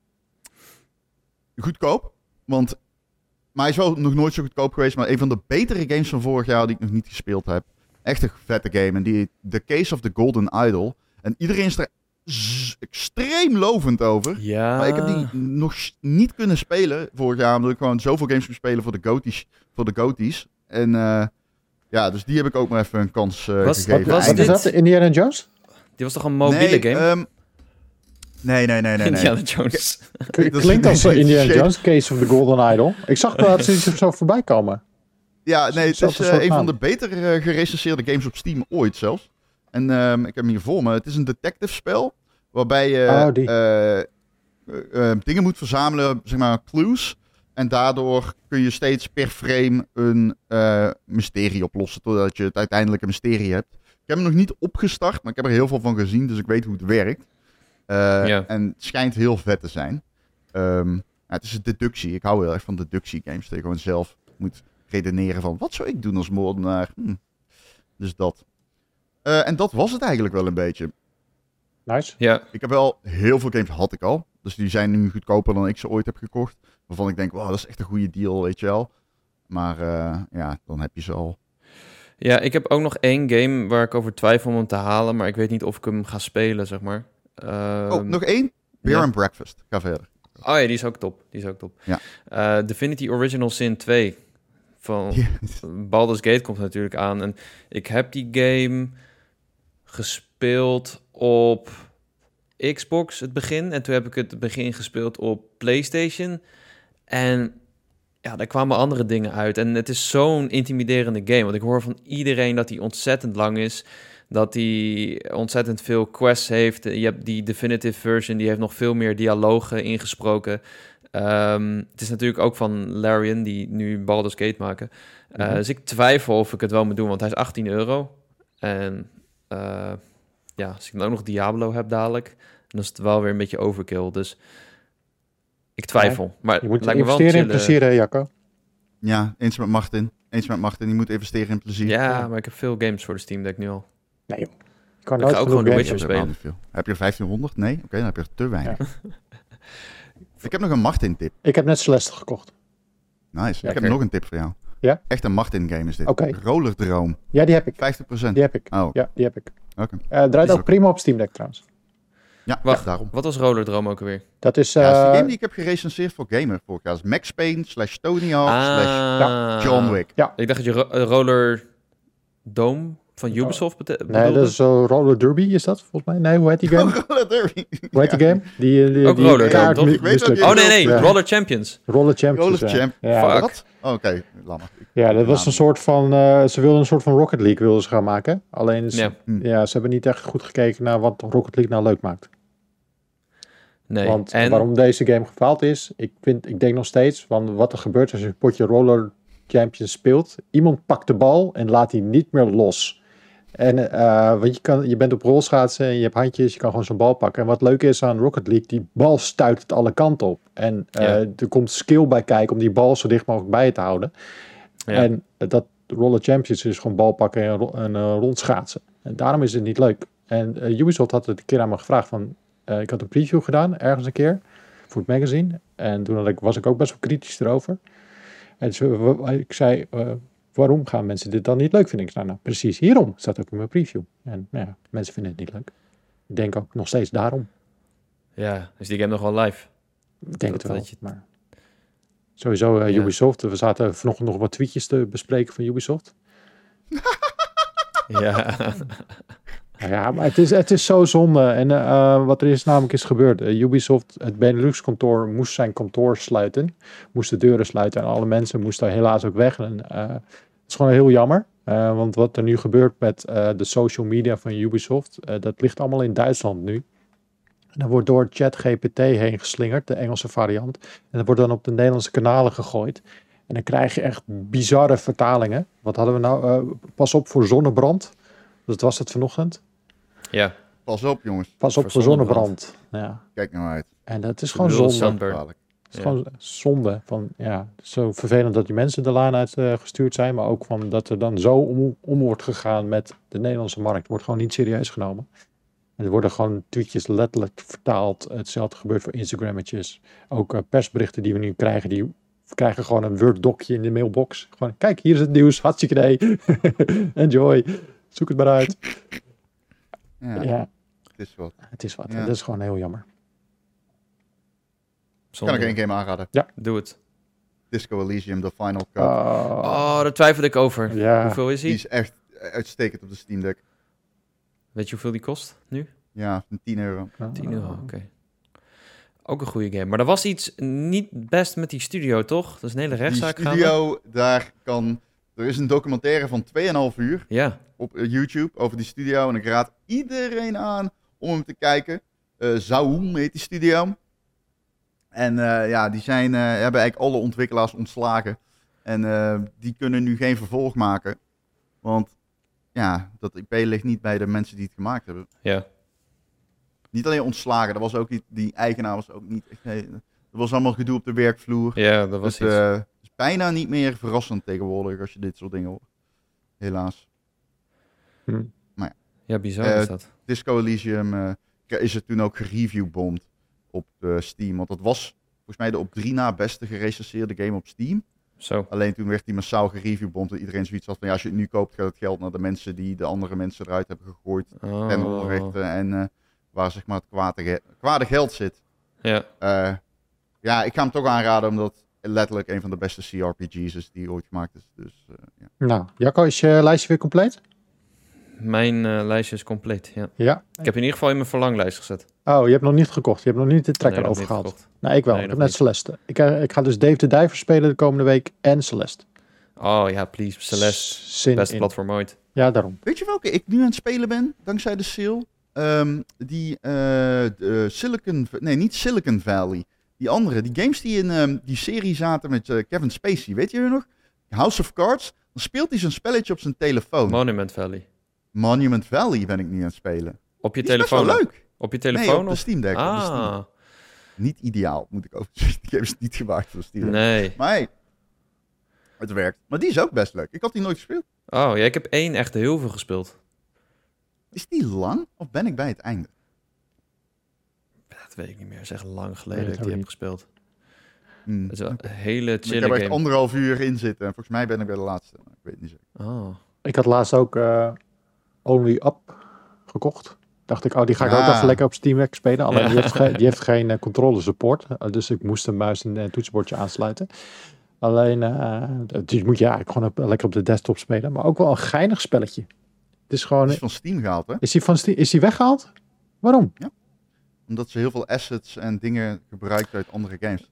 goedkoop. Want, maar hij is wel nog nooit zo goedkoop geweest. Maar een van de betere games van vorig jaar die ik nog niet gespeeld heb. Echt een vette game. En die The Case of the Golden Idol. En iedereen is er z- extreem lovend over. Ja. Maar ik heb die nog niet kunnen spelen vorig jaar. Omdat ik gewoon zoveel games moest spelen voor de Goties. Voor de Goties. En uh, ja, dus die heb ik ook maar even een kans uh, Was- gegeven. wat was Wat is dit? dat? Indiana Jones? Die was toch een mobiele nee, game? Um, nee, nee, nee, nee. nee. Indiana Jones. K- dat is- Klinkt als nee, uh, Indiana shit. Jones, Case of the Golden Idol. Ik zag dat ze zo voorbij komen. Ja, nee, het Zelfde is uh, soort een van naam. de beter uh, gerecenseerde games op Steam ooit zelfs. En um, ik heb hem hier voor me. Het is een detective spel. Waarbij je Oh, die. uh, uh, uh, dingen moet verzamelen, zeg maar clues. En daardoor kun je steeds per frame een uh, mysterie oplossen. Totdat je het uiteindelijk een mysterie hebt. Ik heb hem nog niet opgestart, maar ik heb er heel veel van gezien. Dus ik weet hoe het werkt. Uh, Ja. En het schijnt heel vet te zijn. Um, ja, het is een deductie. Ik hou heel erg van deductie games. Dat je gewoon zelf moet redeneren van... Wat zou ik doen als moordenaar? Hm. Dus dat. Uh, en dat was het eigenlijk wel een beetje. Nice. Ja. Ik heb wel heel veel games had ik al. Dus die zijn nu goedkoper dan ik ze ooit heb gekocht. Waarvan ik denk, wow, dat is echt een goede deal, weet je wel. Maar uh, ja, dan heb je ze al. Ja, ik heb ook nog één game waar ik over twijfel om hem te halen, maar ik weet niet of ik hem ga spelen, zeg maar. Uh, oh, nog één? Beer ja. and Breakfast. Ga verder. Oh ja, die is ook top. Die is ook top. Ja. Uh, Divinity Original Sin twee van Ja. Baldur's Gate komt natuurlijk aan. En ik heb die game gespeeld op Xbox, het begin. En toen heb ik het begin gespeeld op PlayStation. En ja, daar kwamen andere dingen uit. En het is zo'n intimiderende game. Want ik hoor van iedereen dat die ontzettend lang is. Dat die ontzettend veel quests heeft. Je hebt die definitive version, die heeft nog veel meer dialogen ingesproken. Um, het is natuurlijk ook van Larian, die nu Baldur's Gate maken. Uh, Mm-hmm. Dus ik twijfel of ik het wel moet doen, want hij is achttien euro. En uh, ja, als ik dan ook nog Diablo heb dadelijk, dan is het wel weer een beetje overkill. Dus ik twijfel. Ja, maar je moet lijkt me wel investeren in chillen. plezier, hè, Jacco? Ja, eens met Martin. Eens met Martin. Je moet investeren in plezier. Ja, Ja. maar ik heb veel games voor de Steam Deck nu al. Nee, joh. Je kan Ik nooit ga ook genoeg gewoon The games Witcher Dat is spelen. helemaal niet veel. Heb je vijftienhonderd? Nee? Oké, okay, dan heb je er te weinig. Ik heb nog een Martin-tip. Ik heb net Celeste gekocht. Nice. Lekker. Ik heb nog een tip voor jou. Ja? Echt een Martin-game is dit. Oké. Rollerdroom. Ja, die heb ik. vijftig procent. Die heb ik. Oh, Ja, die heb ik. oké. Uh, draait Is ook ook- prima op Steam Deck trouwens. Ja, Wacht. ja, daarom. Wat was Rollerdroom ook alweer? Dat is... Ja, dat is de eh, game die ik heb gerecenseerd voor Gamer vorig jaar. Dat is Max Payne slash Tony Hawk slash Ah, John Wick. Ik dacht dat je ro- eh, Roller Dome van Ubisoft bete- nee, bedoelde. dat is zo Roller Derby, is dat volgens mij? Nee, hoe heet die game? Roller Derby. Hoe heet die game? Die, die, Ook die Roller kaart Derby, mi- toch? Ik weet mislukt. ook Oh nee, nee, Ja. Roller Champions. Roller Champions. Roller ja. Champ. Ja, Fuck. Wat? Oh, oké, laat maar. ja, dat was een soort van... Uh, ze wilden een soort van Rocket League wilden ze gaan maken. Alleen, ze, Ja. ja, ze hebben niet echt goed gekeken naar wat Rocket League nou leuk maakt. Nee. Want en waarom deze game gefaald is, ik, vind, ik denk nog steeds van wat er gebeurt als je een potje Roller Champions speelt. Iemand pakt de bal en laat die niet meer los. En uh, want je, kan, je bent op rolschaatsen en je hebt handjes, je kan gewoon zo'n bal pakken. En wat leuk is aan Rocket League, die bal stuit het alle kanten op. En uh, Ja. er komt skill bij kijken om die bal zo dicht mogelijk bij je te houden. Ja. En uh, dat Roller Champions is gewoon bal pakken en, ro- en uh, rondschaatsen. En daarom is het niet leuk. En uh, Ubisoft had het een keer aan me gevraagd van... Uh, ik had een preview gedaan, ergens een keer, voor het magazine. En toen had ik, was ik ook best wel kritisch erover. En zo, w- ik zei, uh, waarom gaan mensen dit dan niet leuk vinden? Ik zei, nou, precies hierom staat ook in mijn preview. En nou ja, mensen vinden het niet leuk. Ik denk ook nog steeds daarom. ja, is die game nog wel live? Ik denk Dat het wel, weet je. maar... Sowieso uh, Ja. Ubisoft. We zaten vanochtend nog wat tweetjes te bespreken van Ubisoft. Ja. Nou ja, maar het is, het is zo zonde. En uh, wat er is namelijk is gebeurd. Uh, Ubisoft, het Benelux-kantoor, moest zijn kantoor sluiten. Moest de deuren sluiten. En alle mensen moesten helaas ook weg. En uh, het is gewoon heel jammer. Uh, want wat er nu gebeurt met uh, de social media van Ubisoft, uh, dat ligt allemaal in Duitsland nu. En dat wordt door ChatGPT heen geslingerd, de Engelse variant. En dat wordt dan op de Nederlandse kanalen gegooid. En dan krijg je echt bizarre vertalingen. Wat hadden we nou? Uh, pas op voor zonnebrand. Dat was het vanochtend. Ja. Pas op, jongens. Pas op voor, voor zonnebrand. zonnebrand. Ja. Kijk nou uit. En dat is gewoon zonde. Het is ja. gewoon zonde. Van, ja, zo vervelend dat die mensen de laan uit uh, gestuurd zijn. Maar ook van dat er dan zo om, om wordt gegaan met de Nederlandse markt. Wordt gewoon niet serieus genomen. En er worden gewoon tweetjes letterlijk vertaald. Hetzelfde gebeurt voor Instagrammetjes. Ook uh, persberichten die we nu krijgen. Die krijgen gewoon een Word-docje in de mailbox. Gewoon, kijk, hier is het nieuws. Hartstikke idee. Enjoy. Zoek het maar uit. Ja, ja. Het is wat. Het is wat. Ja. Dat is gewoon heel jammer. Kan ik één game aanraden? Ja. Doe het. Disco Elysium, The Final Cut. Uh, oh, daar twijfelde ik over. Ja. Hoeveel is hij? Die is echt uitstekend op de Steam Deck. Weet je hoeveel die kost nu? Ja, tien euro. tien euro, oké. Okay. Ook een goede game. Maar er was iets niet best met die studio, toch? Dat is een hele rechtszaak Die studio, gaande. Daar kan... Er is een documentaire van twee en een half uur ja. op YouTube over die studio. En ik raad iedereen aan om hem te kijken. Uh, Zaum heet die studio. En uh, ja, die zijn, uh, hebben eigenlijk alle ontwikkelaars ontslagen. En uh, die kunnen nu geen vervolg maken. Want ja, dat I P ligt niet bij de mensen die het gemaakt hebben. Ja. Niet alleen ontslagen, dat was ook niet, die eigenaar was ook niet echt... Nee, er was allemaal gedoe op de werkvloer. Ja, dat was dus, iets. Uh, is bijna niet meer verrassend tegenwoordig als je dit soort dingen hoort. Helaas. Hm. Maar ja. Ja, bizar uh, is dat. Disco Elysium uh, is er toen ook gereviewbomd op uh, Steam. Want dat was volgens mij de op drie na beste gerecenseerde game op Steam. Zo. Alleen toen werd die massaal gereviewbomd en iedereen zoiets had van... Ja, als je het nu koopt, gaat het geld naar de mensen die de andere mensen eruit hebben gegooid. Oh. Ten onrechte en uh, waar zeg maar het kwade, ge- kwade geld zit. Ja. Uh, ja, ik ga hem toch aanraden omdat het letterlijk een van de beste C R P G's is die ooit gemaakt is. Dus, uh, ja. Nou, Jacco, is je lijstje weer compleet? Mijn uh, lijstje is compleet, ja. Ja. Ik heb in ieder geval in mijn verlanglijst gezet. Oh, je hebt nog niet gekocht. Je hebt nog niet de trekker nee, overgehaald. Nou, ik wel. Nee, ik heb net niet. Celeste. Ik, uh, ik ga dus Dave the Diver spelen de komende week en Celeste. Oh ja, please. Celeste. Zin Beste in. platform ooit. Ja, daarom. Weet je welke ik nu aan het spelen ben, dankzij de sale? Um, die uh, de Silicon... Nee, niet Silicon Valley. Die andere. Die games die in um, die serie zaten met uh, Kevin Spacey. Weet je nog? House of Cards. Dan speelt hij zo'n spelletje op zijn telefoon. Monument Valley. Monument Valley ben ik nu aan het spelen. Op je die telefoon? Is best wel leuk. Op je telefoon? Nee, op de of? Steam Deck. Ah. Op de Steam. Niet ideaal, moet ik ook zeggen. Die game is niet gemaakt voor Steam Deck. Nee. Maar hey, het werkt. Maar die is ook best leuk. Ik had die nooit gespeeld. Oh, ja, ik heb één echt heel veel gespeeld. Is die lang of ben ik bij het einde? Dat weet ik niet meer. Het is echt lang geleden Nee, dat ik die heb gespeeld. Hmm. Het is wel een hele chille Ik heb echt game. anderhalf uur in zitten. En volgens mij ben ik bij de laatste. Ik weet het niet zeker. Oh. Ik had laatst ook uh, Only Up gekocht. Dacht ik, oh, die ga ik Ah. ook even lekker op Steam Deck spelen. Alleen Ja. die heeft, ge- die heeft geen uh, controle support. Uh, dus ik moest een muis en uh, toetsenbordje aansluiten. Alleen, uh, dus moet je eigenlijk gewoon op, lekker op de desktop spelen. Maar ook wel een geinig spelletje. Het is gewoon... Die is van Steam gehaald, hè? Is die, van Steam, is die weggehaald? Waarom? Omdat ze heel veel assets en dingen gebruikt uit andere games.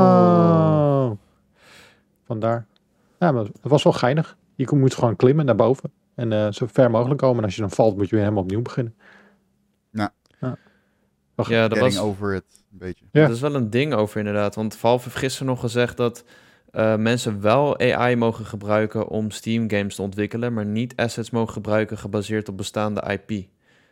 Oh. Vandaar. Ja, maar het was wel geinig. Je moet gewoon klimmen naar boven. En uh, zo ver mogelijk komen. En als je dan valt, moet je weer helemaal opnieuw beginnen. Ja. Ja, Ja, dat Getting was, over it, een beetje. Ja. dat is wel een ding over inderdaad. Want Valve heeft gisteren nog gezegd dat uh, mensen wel A I mogen gebruiken om Steam games te ontwikkelen, maar niet assets mogen gebruiken gebaseerd op bestaande I P.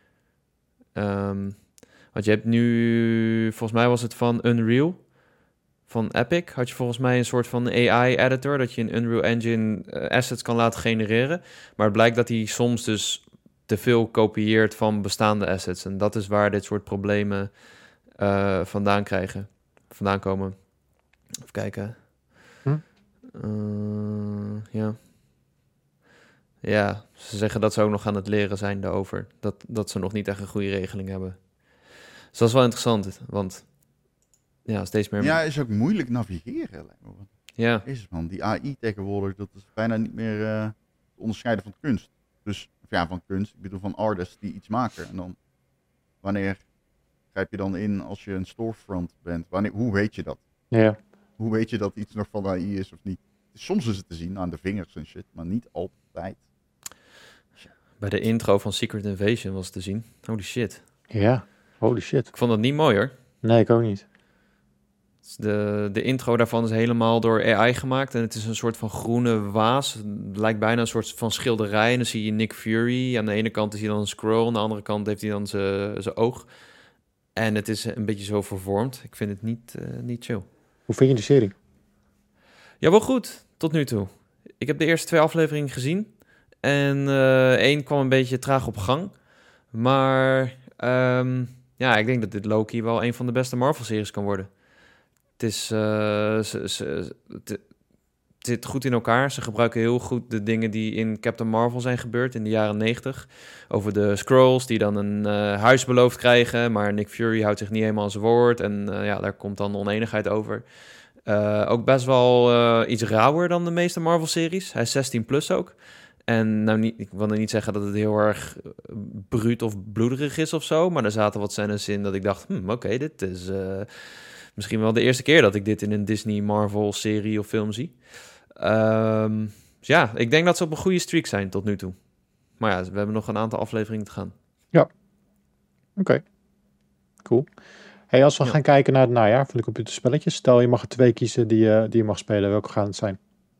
Um, want je hebt nu, volgens mij was het van Unreal, van Epic, had je volgens mij een soort van A I-editor, dat je in Unreal Engine uh, assets kan laten genereren. Maar het blijkt dat hij soms dus te veel kopieert van bestaande assets. En dat is waar dit soort problemen uh, vandaan krijgen. Vandaan komen. Even kijken. Hm? Uh, ja. Ja, ze zeggen dat ze ook nog aan het leren zijn daarover. Dat, dat ze nog niet echt een goede regeling hebben. Dus dat is wel interessant, want ja, steeds meer... Ja, is ook moeilijk navigeren. Ja. Is man, die A I tegenwoordig, dat is bijna niet meer uh, te onderscheiden van kunst. Dus, of ja, van kunst, ik bedoel van artists die iets maken. En dan, wanneer grijp je dan in als je een storefront bent? Wanneer, hoe weet je dat? Ja. Hoe weet je dat iets nog van A I is of niet? Soms is het te zien aan de vingers en shit, maar niet altijd. Bij de intro van Secret Invasion was te zien. Holy shit. Ja, holy shit. Ik vond dat niet mooi hoor. Nee, ik ook niet. De, de intro daarvan is helemaal door A I gemaakt. En het is een soort van groene waas. Het lijkt bijna een soort van schilderij. En dan zie je Nick Fury. Aan de ene kant is hij dan een Skrull. Aan de andere kant heeft hij dan zijn oog. En het is een beetje zo vervormd. Ik vind het niet, uh, niet chill. Hoe vind je de serie? Ja, wel goed. Tot nu toe. Ik heb de eerste twee afleveringen gezien. En uh, één kwam een beetje traag op gang. Maar um, ja, ik denk dat dit Loki wel een van de beste Marvel-series kan worden. Het is, uh, ze, ze, het, het zit goed in elkaar. Ze gebruiken heel goed de dingen die in Captain Marvel zijn gebeurd in de jaren negentig. Over de Skrulls die dan een uh, huis beloofd krijgen, maar Nick Fury houdt zich niet helemaal aan zijn woord. En uh, ja, daar komt dan oneenigheid over. Uh, ook best wel uh, iets rauwer dan de meeste Marvel-series. Hij is zestien plus ook. En nou, niet, ik wil nou niet zeggen dat het heel erg bruut of bloederig is of zo, maar er zaten wat scènes in dat ik dacht, hm, oké, okay, dit is uh, misschien wel de eerste keer dat ik dit in een Disney Marvel-serie of film zie. Um, dus ja, ik denk dat ze op een goede streak zijn tot nu toe. Maar ja, we hebben nog een aantal afleveringen te gaan. Ja. Oké. Okay. Cool. Hey, als we ja. gaan kijken naar het najaar van de computerspelletjes, stel je mag er twee kiezen die, uh, die je mag spelen. Welke gaan het zijn?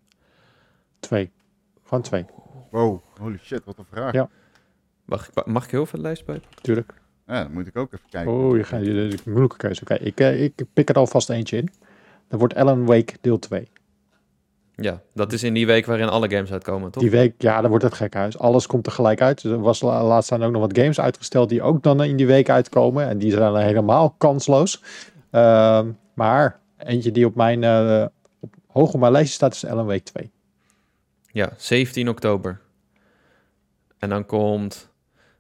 Twee. Gewoon twee. Wow, holy shit, wat een vraag. Ja. Mag ik, mag ik heel veel lijst bij? Tuurlijk. Ja, dan moet ik ook even kijken. Oh, je gaat de moeilijke keuze. Oké, okay, ik, uh, ik pik er alvast eentje in. Dat wordt Alan Wake deel twee. Ja, dat is in die week waarin alle games uitkomen, toch? Die week, ja, dan wordt het gekhuis. Alles komt tegelijk uit. Er was laatst staan ook nog wat games uitgesteld die ook dan in die week uitkomen. En die zijn dan helemaal kansloos. Uh, maar eentje die op mijn uh, op, hoog op mijn lijstje staat is Alan Wake twee. Ja, zeventien oktober. En dan komt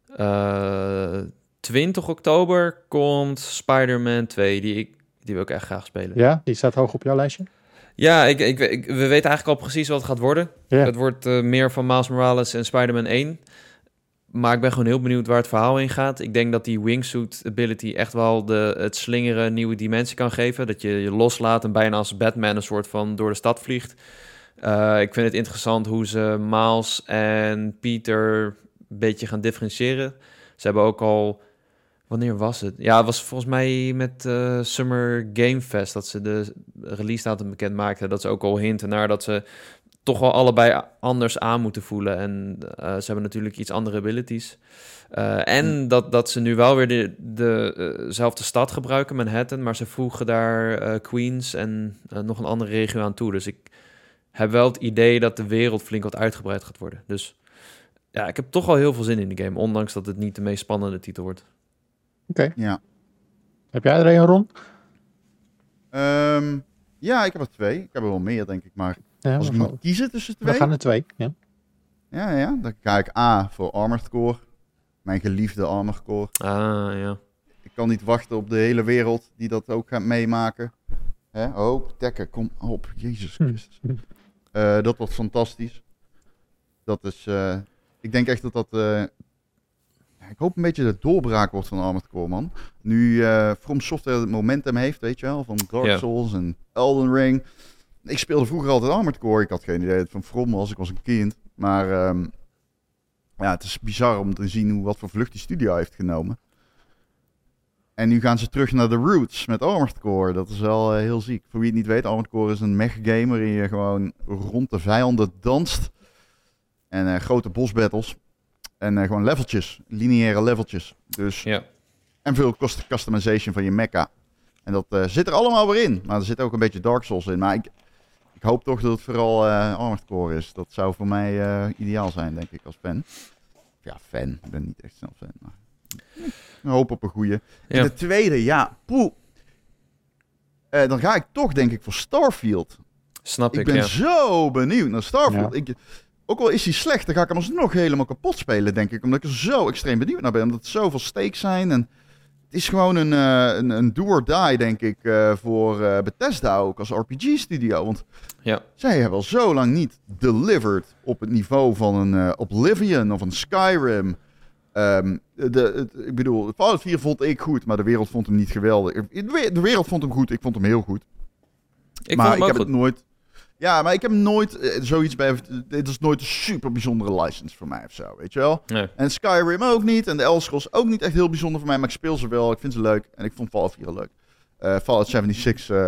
uh, twintig oktober komt Spider-Man twee, die ik die wil ik echt graag spelen. Ja, die staat hoog op jouw lijstje? Ja, ik, ik, ik, we weten eigenlijk al precies wat het gaat worden. Ja. Het wordt uh, meer van Miles Morales en Spider-Man één. Maar ik ben gewoon heel benieuwd waar het verhaal in gaat. Ik denk dat die wingsuit ability echt wel de, het slingeren een nieuwe dimensie kan geven. Dat je je loslaat en bijna als Batman een soort van door de stad vliegt. Uh, ik vind het interessant hoe ze Miles en Peter een beetje gaan differentiëren. Ze hebben ook al... Wanneer was het? Ja, het was volgens mij met uh, Summer Game Fest dat ze de release datum bekend maakten. Dat ze ook al hinten naar dat ze toch wel allebei anders aan moeten voelen. En uh, ze hebben natuurlijk iets andere abilities. Uh, en hm. dat, dat ze nu wel weer de, de, uh, dezelfde stad gebruiken, Manhattan. Maar ze voegen daar uh, Queens en uh, nog een andere regio aan toe. Dus ik heb wel het idee dat de wereld flink wat uitgebreid gaat worden. Dus ja, ik heb toch wel heel veel zin in de game. Ondanks dat het niet de meest spannende titel wordt. Oké. Okay. Ja. Heb jij er een, Ron? Um, ja, ik heb er twee. Ik heb er wel meer, denk ik. Maar ja, als ik moet kiezen tussen twee... We gaan er twee, ja. Ja, ja. Dan ga ik A voor Armored Core. Mijn geliefde Armored Core. Ah, ja. Ik kan niet wachten op de hele wereld die dat ook gaat meemaken. Hè? Oh, Tekker, kom op. Jezus Christus. uh, dat wordt fantastisch. Dat is... Uh, ik denk echt dat dat... Uh, Ik hoop een beetje de doorbraak wordt van Armored Core, man. Nu uh, From Software het momentum heeft, weet je wel, van Dark yeah. Souls en Elden Ring. Ik speelde vroeger altijd Armored Core. Ik had geen idee dat het van From was. Ik was een kind. Maar um, ja, het is bizar om te zien hoe, wat voor vlucht die studio heeft genomen. En nu gaan ze terug naar de roots met Armored Core. Dat is wel uh, heel ziek. Voor wie het niet weet, Armored Core is een mech-game waarin je gewoon rond de vijanden danst. En uh, grote boss battles. En uh, gewoon leveltjes, lineaire leveltjes. Dus, ja. En veel customization van je mecha. En dat uh, zit er allemaal weer in. Maar er zit ook een beetje Dark Souls in. Maar ik, ik hoop toch dat het vooral uh, Armored Core is. Dat zou voor mij uh, ideaal zijn, denk ik, als fan. Ja, fan. Ik ben niet echt snel fan. Maar ik hoop op een goeie. Ja. En de tweede, ja, poeh. Uh, dan ga ik toch, denk ik, voor Starfield. Snap ik, Ik ben ja. zo benieuwd naar Starfield. Ja. Ik... Ook al is hij slecht, dan ga ik hem alsnog helemaal kapot spelen, denk ik. Omdat ik er zo extreem benieuwd naar ben. Omdat het zoveel stakes zijn. En het is gewoon een, uh, een, een do-or-die, denk ik, uh, voor uh, Bethesda ook als R P G-studio. Want ja. zij hebben al zo lang niet delivered op het niveau van een uh, Oblivion of een Skyrim. Um, de, het, ik bedoel, Fallout vier vond ik goed, maar de wereld vond hem niet geweldig. De wereld vond hem goed, ik vond hem heel goed. Ik maar vond hem ik heb ook het goed. nooit... Ja, maar ik heb nooit uh, zoiets bij... Dit is nooit een super bijzondere license voor mij of zo, weet je wel? Nee. En Skyrim ook niet. En de Elder Scrolls ook niet echt heel bijzonder voor mij. Maar ik speel ze wel. Ik vind ze leuk. En ik vond Fallout vier leuk. Uh, Fallout zevenenzeventig uh,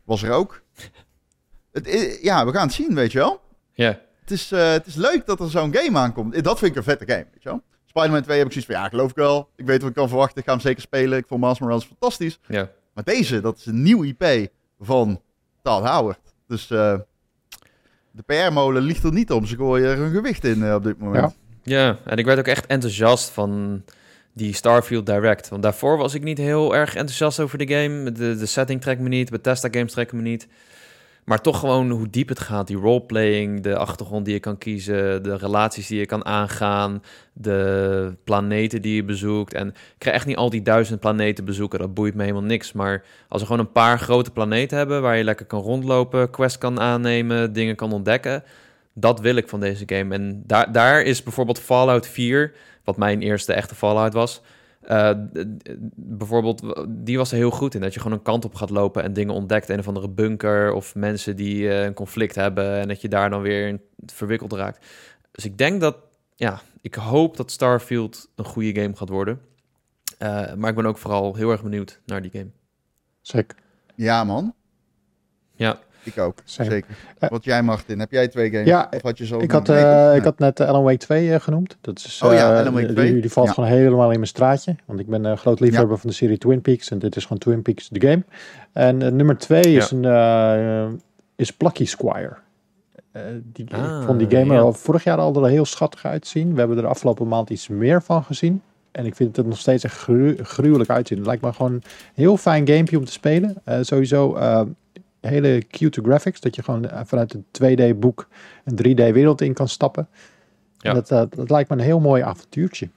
was er ook. Het, i- ja, we gaan het zien, weet je wel. Ja. Het is, uh, het is leuk dat er zo'n game aankomt. Dat vind ik een vette game, weet je wel. Spider-Man twee heb ik zoiets van, ja, geloof ik wel. Ik weet wat ik kan verwachten. Ik ga hem zeker spelen. Ik vond Miles Morales fantastisch. Ja. Maar deze, dat is een nieuw I P van Todd Howard. Dus uh, de P R-molen ligt er niet om. Ze gooien er hun gewicht in uh, op dit moment. Ja. Ja, en ik werd ook echt enthousiast van die Starfield Direct. Want daarvoor was ik niet heel erg enthousiast over de game. De, de setting trekt me niet, Bethesda games trekken me niet. Maar toch gewoon hoe diep het gaat. Die roleplaying, de achtergrond die je kan kiezen, de relaties die je kan aangaan, de planeten die je bezoekt. En ik krijg echt niet al die duizend planeten bezoeken, dat boeit me helemaal niks. Maar als we gewoon een paar grote planeten hebben waar je lekker kan rondlopen, quests kan aannemen, dingen kan ontdekken, dat wil ik van deze game. En daar, daar is bijvoorbeeld Fallout vier, wat mijn eerste echte Fallout was, Uh, bijvoorbeeld, die was er heel goed in. Dat je gewoon een kant op gaat lopen en dingen ontdekt. Een of andere bunker of mensen die uh, een conflict hebben en dat je daar dan weer in verwikkeld raakt. Dus ik denk dat, ja, ik hoop dat Starfield een goede game gaat worden. Uh, maar ik ben ook vooral heel erg benieuwd naar die game. Zeker. Ja, man. Ja. Ik ook, Zeker. zeker. Ja. Wat jij, Martin, heb jij twee games? Ja, of had je zo ik had, nee, uh, nee. ik had net uh, Alan Wake twee uh, genoemd. Dat is, uh, Oh ja, Alan Wake twee. Die, die valt Ja. gewoon helemaal in mijn straatje. Want ik ben een groot liefhebber Ja. van de serie Twin Peaks. En dit is gewoon Twin Peaks, de game. En uh, nummer twee is, Ja. een, uh, is Plucky Squire. Uh, die, Ah, ik vond die game ja. er al vorig jaar al er heel schattig uitzien. We hebben er de afgelopen maand iets meer van gezien. En ik vind het nog steeds echt gru- gruwelijk uitzien. Het lijkt me gewoon een heel fijn gamepje om te spelen. Uh, sowieso uh, hele cute graphics. Dat je gewoon vanuit een twee D boek een drie D wereld in kan stappen. Ja. En dat, uh, dat lijkt me een heel mooi avontuurtje.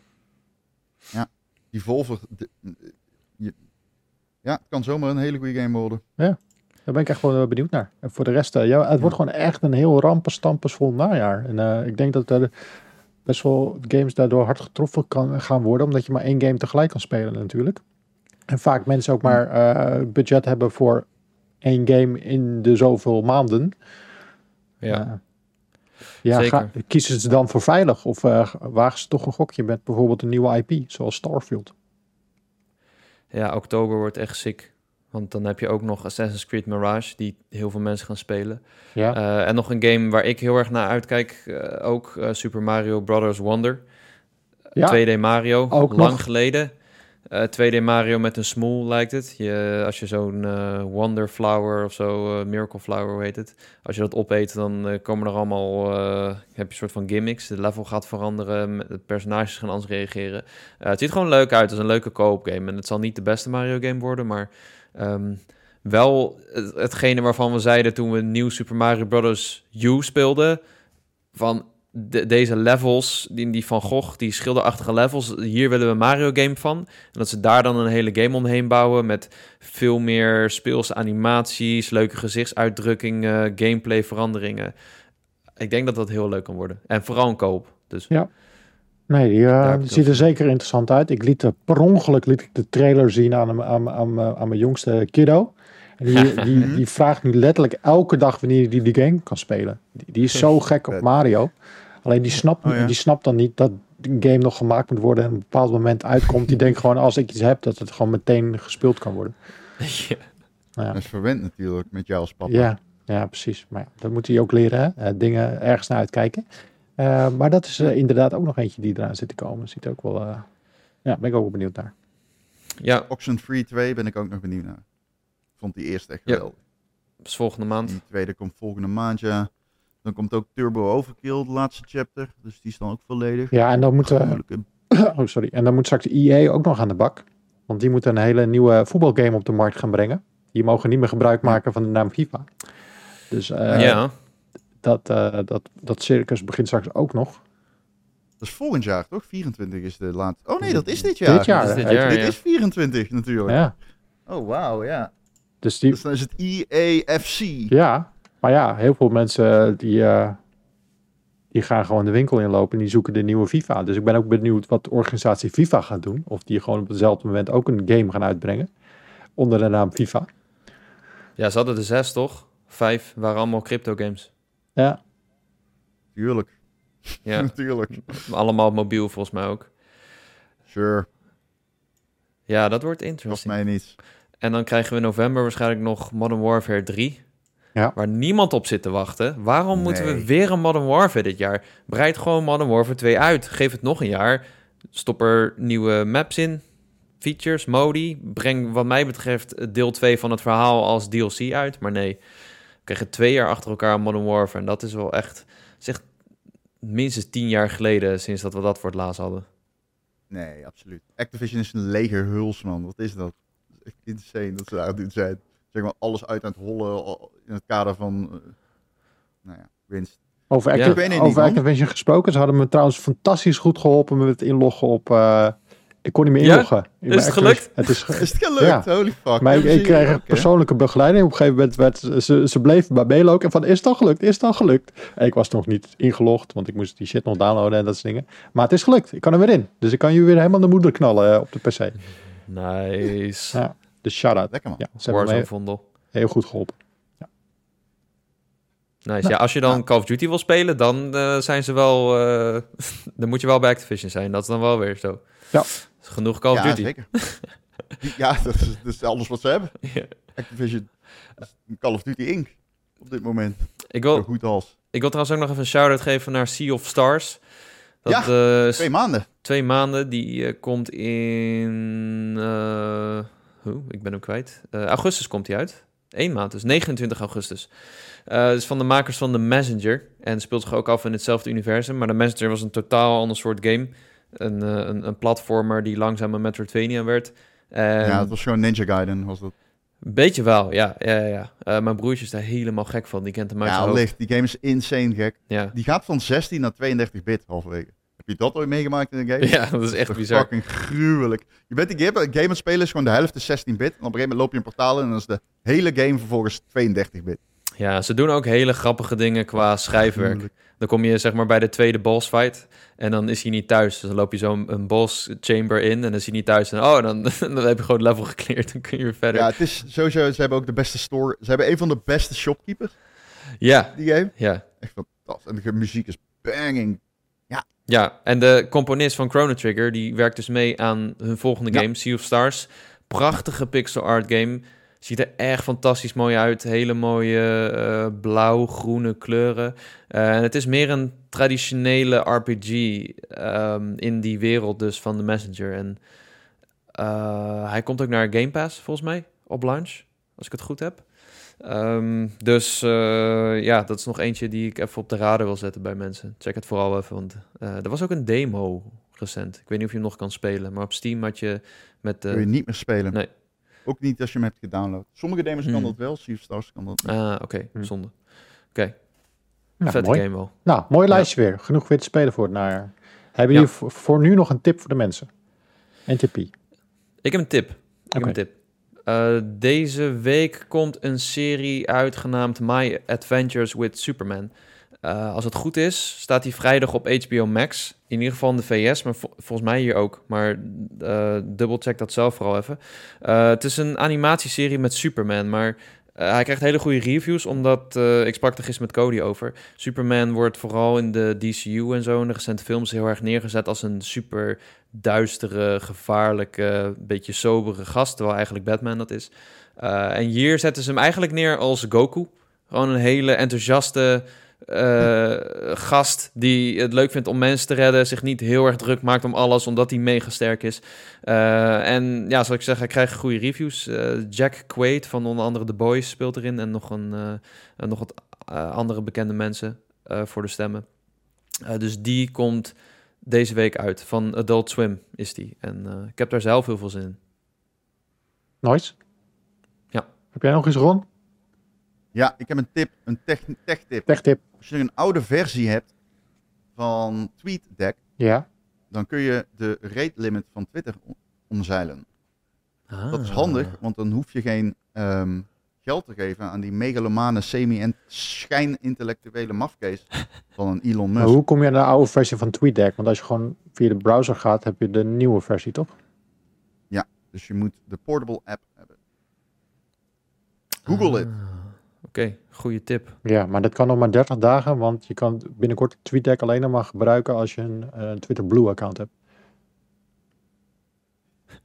Die Volver... de- je- ja, het kan zomaar een hele goede game worden. Daar ben ik echt wel benieuwd naar. En voor de rest, uh, ja, het wordt gewoon echt een heel rampenstampersvol najaar. En uh, ik denk dat er best wel games daardoor hard getroffen kan gaan worden. Omdat je maar één game tegelijk kan spelen natuurlijk. En vaak mensen ook maar uh, budget hebben voor één game in de zoveel maanden. Ja. Uh, ja, Zeker. ga, kiezen ze dan voor veilig? Of uh, wagen ze toch een gokje met bijvoorbeeld een nieuwe I P, zoals Starfield? Ja, oktober wordt echt sick. Want dan heb je ook nog Assassin's Creed Mirage, die heel veel mensen gaan spelen. Ja, Uh, en nog een game waar ik heel erg naar uitkijk, uh, ook uh, Super Mario Brothers Wonder. ja. twee D Mario, Ook lang nog. geleden. Uh, twee D Mario met een smoel lijkt het. Je, als je zo'n uh, Wonder Flower of zo, uh, Miracle Flower, hoe heet het. Als je dat opeet, dan uh, komen er allemaal, uh, heb je een soort van gimmicks. De level gaat veranderen, de personages gaan anders reageren. Uh, het ziet gewoon leuk uit, het is een leuke co-op game. En het zal niet de beste Mario game worden, maar um, wel het, hetgene waarvan we zeiden toen we New Super Mario Bros. U speelden, van de, deze levels, die, die Van Gogh, die schilderachtige levels, hier willen we een Mario game van. En dat ze daar dan een hele game omheen bouwen met veel meer speelse animaties, leuke gezichtsuitdrukkingen, gameplay veranderingen. Ik denk dat dat heel leuk kan worden. En vooral een koop. Dus Ja. Nee, die, uh, Daar heb die ik ziet er ook- zeker interessant uit. Ik liet de, per ongeluk liet ik de trailer zien aan, hem- aan, aan, aan, aan mijn jongste kiddo. En die, die, die vraagt nu letterlijk elke dag wanneer hij die, die game kan spelen. Die, die is zo gek op Vet. Mario. Alleen die snapt, Oh ja. die snapt dan niet dat de game nog gemaakt moet worden en op een bepaald moment uitkomt. Die denkt gewoon, als ik iets heb, dat het gewoon meteen gespeeld kan worden. ja. Nou ja. Dat is verwend natuurlijk met jou als papa. Ja, ja, precies. Maar ja, dat moet hij ook leren, hè? Uh, dingen ergens naar uitkijken. Uh, maar dat is uh, inderdaad ook nog eentje die eraan zit te komen. Ziet ook wel, uh, ja, ben ik ook wel benieuwd naar. ja, Oxenfree twee ben ik ook nog benieuwd naar. Vond die eerste echt Ja. geweldig. dus volgende maand. Die tweede komt volgende maand, ja. Dan komt ook Turbo Overkill, de laatste chapter. Dus die is dan ook volledig. Ja, en dan moet, uh, Moeilijke- oh, sorry. En dan moet straks E A ook nog aan de bak. Want die moeten een hele nieuwe voetbalgame op de markt gaan brengen. Die mogen niet meer gebruik maken van de naam FIFA. Dus uh, ja, dat, uh, dat, dat circus begint straks ook nog. Dat is volgend jaar, toch? vierentwintig is de laatste. Oh nee, dat is dit jaar. Dit jaar. Dat is dit hè? jaar. Dit ja. is vierentwintig natuurlijk. Ja, Oh, wauw, ja. dus die, Dus dan is het E A F C. ja, maar ja, heel veel mensen die, uh, die gaan gewoon de winkel inlopen en die zoeken de nieuwe FIFA. Dus ik ben ook benieuwd wat de organisatie FIFA gaat doen. Of die gewoon op hetzelfde moment ook een game gaan uitbrengen. Onder de naam FIFA. ja, ze hadden er zes, toch? Vijf waren allemaal crypto games. Ja, Tuurlijk, Ja, natuurlijk. allemaal mobiel volgens mij ook. Sure, Ja, dat wordt kost interesting. mij niets. En dan krijgen we in november waarschijnlijk nog Modern Warfare drie. Ja. Waar niemand op zit te wachten. Waarom Nee. moeten we weer een Modern Warfare dit jaar? Breid gewoon Modern Warfare twee uit. Geef het nog een jaar. Stop er nieuwe maps in. Features, modi. Breng wat mij betreft deel twee van het verhaal als D L C uit. Maar nee, we kregen twee jaar achter elkaar Modern Warfare. En dat is wel echt, is echt minstens tien jaar geleden sinds dat we dat voor het laatst hadden. Nee, absoluut. Activision is een leger huls, man. Wat is dat? Dat is echt insane dat ze daar doen zijn. Zeg maar alles uit aan het hollen al- in het kader van, uh, nou ja, winst. Over, Ja. Activ- Ik weet het niet, over man. Activision gesproken. Ze hadden me trouwens fantastisch goed geholpen met het inloggen op... Uh, ik kon niet meer Ja? inloggen. In Is mijn het gelukt? Activision- Het is ge- Is het gelukt? Holy fuck. Maar ik, Hebben ik ze- kreeg oké. persoonlijke begeleiding. Op een gegeven moment werd ze, ze bleven bij meelopen. En van, is het al gelukt? Is het al gelukt? En ik was nog niet ingelogd, want ik moest die shit nog downloaden en dat soort dingen. Maar het is gelukt. Ik kan er weer in. Dus ik kan je weer helemaal de moeder knallen uh, op de P C. Nice. Ja, dus shout-out. Lekker, man. Ja, ze hebben me Warzone heel, vondel. heel goed geholpen. Nice. Nou, ja, als je dan ja. Call of Duty wil spelen, dan uh, zijn ze wel... Uh, dan moet je wel bij Activision zijn. Dat is dan wel weer zo. Ja. Is genoeg Call of Ja, Duty. zeker. Ja, dat is, dat is alles wat ze hebben. Ja. Activision. Dat is Call of Duty Incorporated. Op dit moment. Ik, Zo wil, goed als. ik wil trouwens ook nog even een shout-out geven naar Sea of Stars. Dat Ja, eh, is Twee maanden. twee maanden. Die uh, komt in... Uh, hoe? Ik ben hem kwijt. Uh, augustus komt hij uit. Eén maand, dus negenentwintig augustus. Uh, het is van de makers van The Messenger. En speelt zich ook af in hetzelfde universum. Maar The Messenger was een totaal ander soort game. Een, uh, een, een platformer die langzaam een Metroidvania werd. En Ja, het was gewoon Ninja Gaiden. Was dat. een beetje wel, ja. ja, ja. Uh, mijn broertje is daar helemaal gek van. Die kent hem uit Ja, zijn hoofd. allicht. Die game is insane gek. Ja. Die gaat van zestien naar tweeëndertig bit halverwege. Heb je dat ooit meegemaakt in een game? ja, dat is echt toch bizar. Fucking gruwelijk. Je bent die game, game aan het spelen, is gewoon de helft is zestien bit. En op een gegeven moment loop je een portaal in en dan is de hele game vervolgens tweeëndertig bit. Ja, ze doen ook hele grappige dingen qua schrijfwerk. Dan kom je zeg maar bij de tweede boss fight en dan is hij niet thuis. Dus dan loop je zo een, een boss chamber in en dan is hij niet thuis. En oh, dan, dan heb je gewoon level gecleared. Dan kun je weer verder. Ja, het is sowieso, ze hebben ook de beste store. Ze hebben een van de beste shopkeepers, Ja, die game. ja. Echt fantastisch. En de muziek is banging. Ja, en de componist van Chrono Trigger, die werkt dus mee aan hun volgende Ja. game, Sea of Stars. Prachtige pixel art game. Ziet er echt fantastisch mooi uit. Hele mooie uh, blauw-groene kleuren. Uh, en het is meer een traditionele R P G um, in die wereld dus van The Messenger. En uh, hij komt ook naar Game Pass, volgens mij, op launch. Als ik het goed heb. Um, dus uh, ja, dat is nog eentje die ik even op de radar wil zetten bij mensen. Check het vooral even, want uh, er was ook een demo recent. Ik weet niet of je hem nog kan spelen, maar op Steam had je met... Kun je Uh, niet meer spelen. nee. Ook niet als je hem hebt gedownload. Sommige demos kan Hmm. dat wel, Sea of Stars kan dat niet. ah, oké, okay, Hm. zonde. Oké, okay. Nou, vette mooi. game wel. Nou, mooi Ja. lijstje weer. Genoeg weer te spelen voor het najaar. Hebben Ja. jullie voor, voor nu nog een tip voor de mensen? N T P. Ik heb een tip. Ik heb Oké. een tip. Uh, deze week komt een serie uit genaamd My Adventures with Superman. Uh, als het goed is, staat die vrijdag op H B O Max. In ieder geval in de V S, maar vo- volgens mij hier ook. Maar uh, dubbelcheck dat zelf vooral even. Uh, het is een animatieserie met Superman, maar... Uh, hij krijgt hele goede reviews, omdat uh, ik sprak er gisteren met Cody over. Superman wordt vooral in de D C U en zo, in de recente films, heel erg neergezet als een super duistere, gevaarlijke, beetje sobere gast, terwijl eigenlijk Batman dat is. Uh, en hier zetten ze hem eigenlijk neer als Goku. Gewoon een hele enthousiaste uh, gast die het leuk vindt om mensen te redden, zich niet heel erg druk maakt om alles, omdat hij mega sterk is. Uh, en ja, zoals ik zeg, hij krijgt goede reviews. Uh, Jack Quaid van onder andere The Boys speelt erin en nog, een, uh, nog wat uh, andere bekende mensen uh, voor de stemmen. Uh, dus die komt deze week uit. Van Adult Swim is die. En uh, ik heb daar zelf heel veel zin in. Nice. Ja. Heb jij nog eens, Ron? Ja, ik heb een tip, een tech, tech tip. Tech tip. Als je een oude versie hebt van TweetDeck, Ja. dan kun je de rate limit van Twitter om- omzeilen. Ah. Dat is handig, want dan hoef je geen um, geld te geven aan die megalomane, semi-schijnintellectuele mafkees van een Elon Maar Musk. hoe kom je aan de oude versie van TweetDeck? Want als je gewoon via de browser gaat, heb je de nieuwe versie, toch? Dus je moet de portable app hebben. Google it. Ah, Oké, okay, goede tip. Ja, maar dat kan nog maar dertig dagen, want je kan binnenkort TweetDeck alleen nog maar gebruiken als je een uh, Twitter Blue account hebt.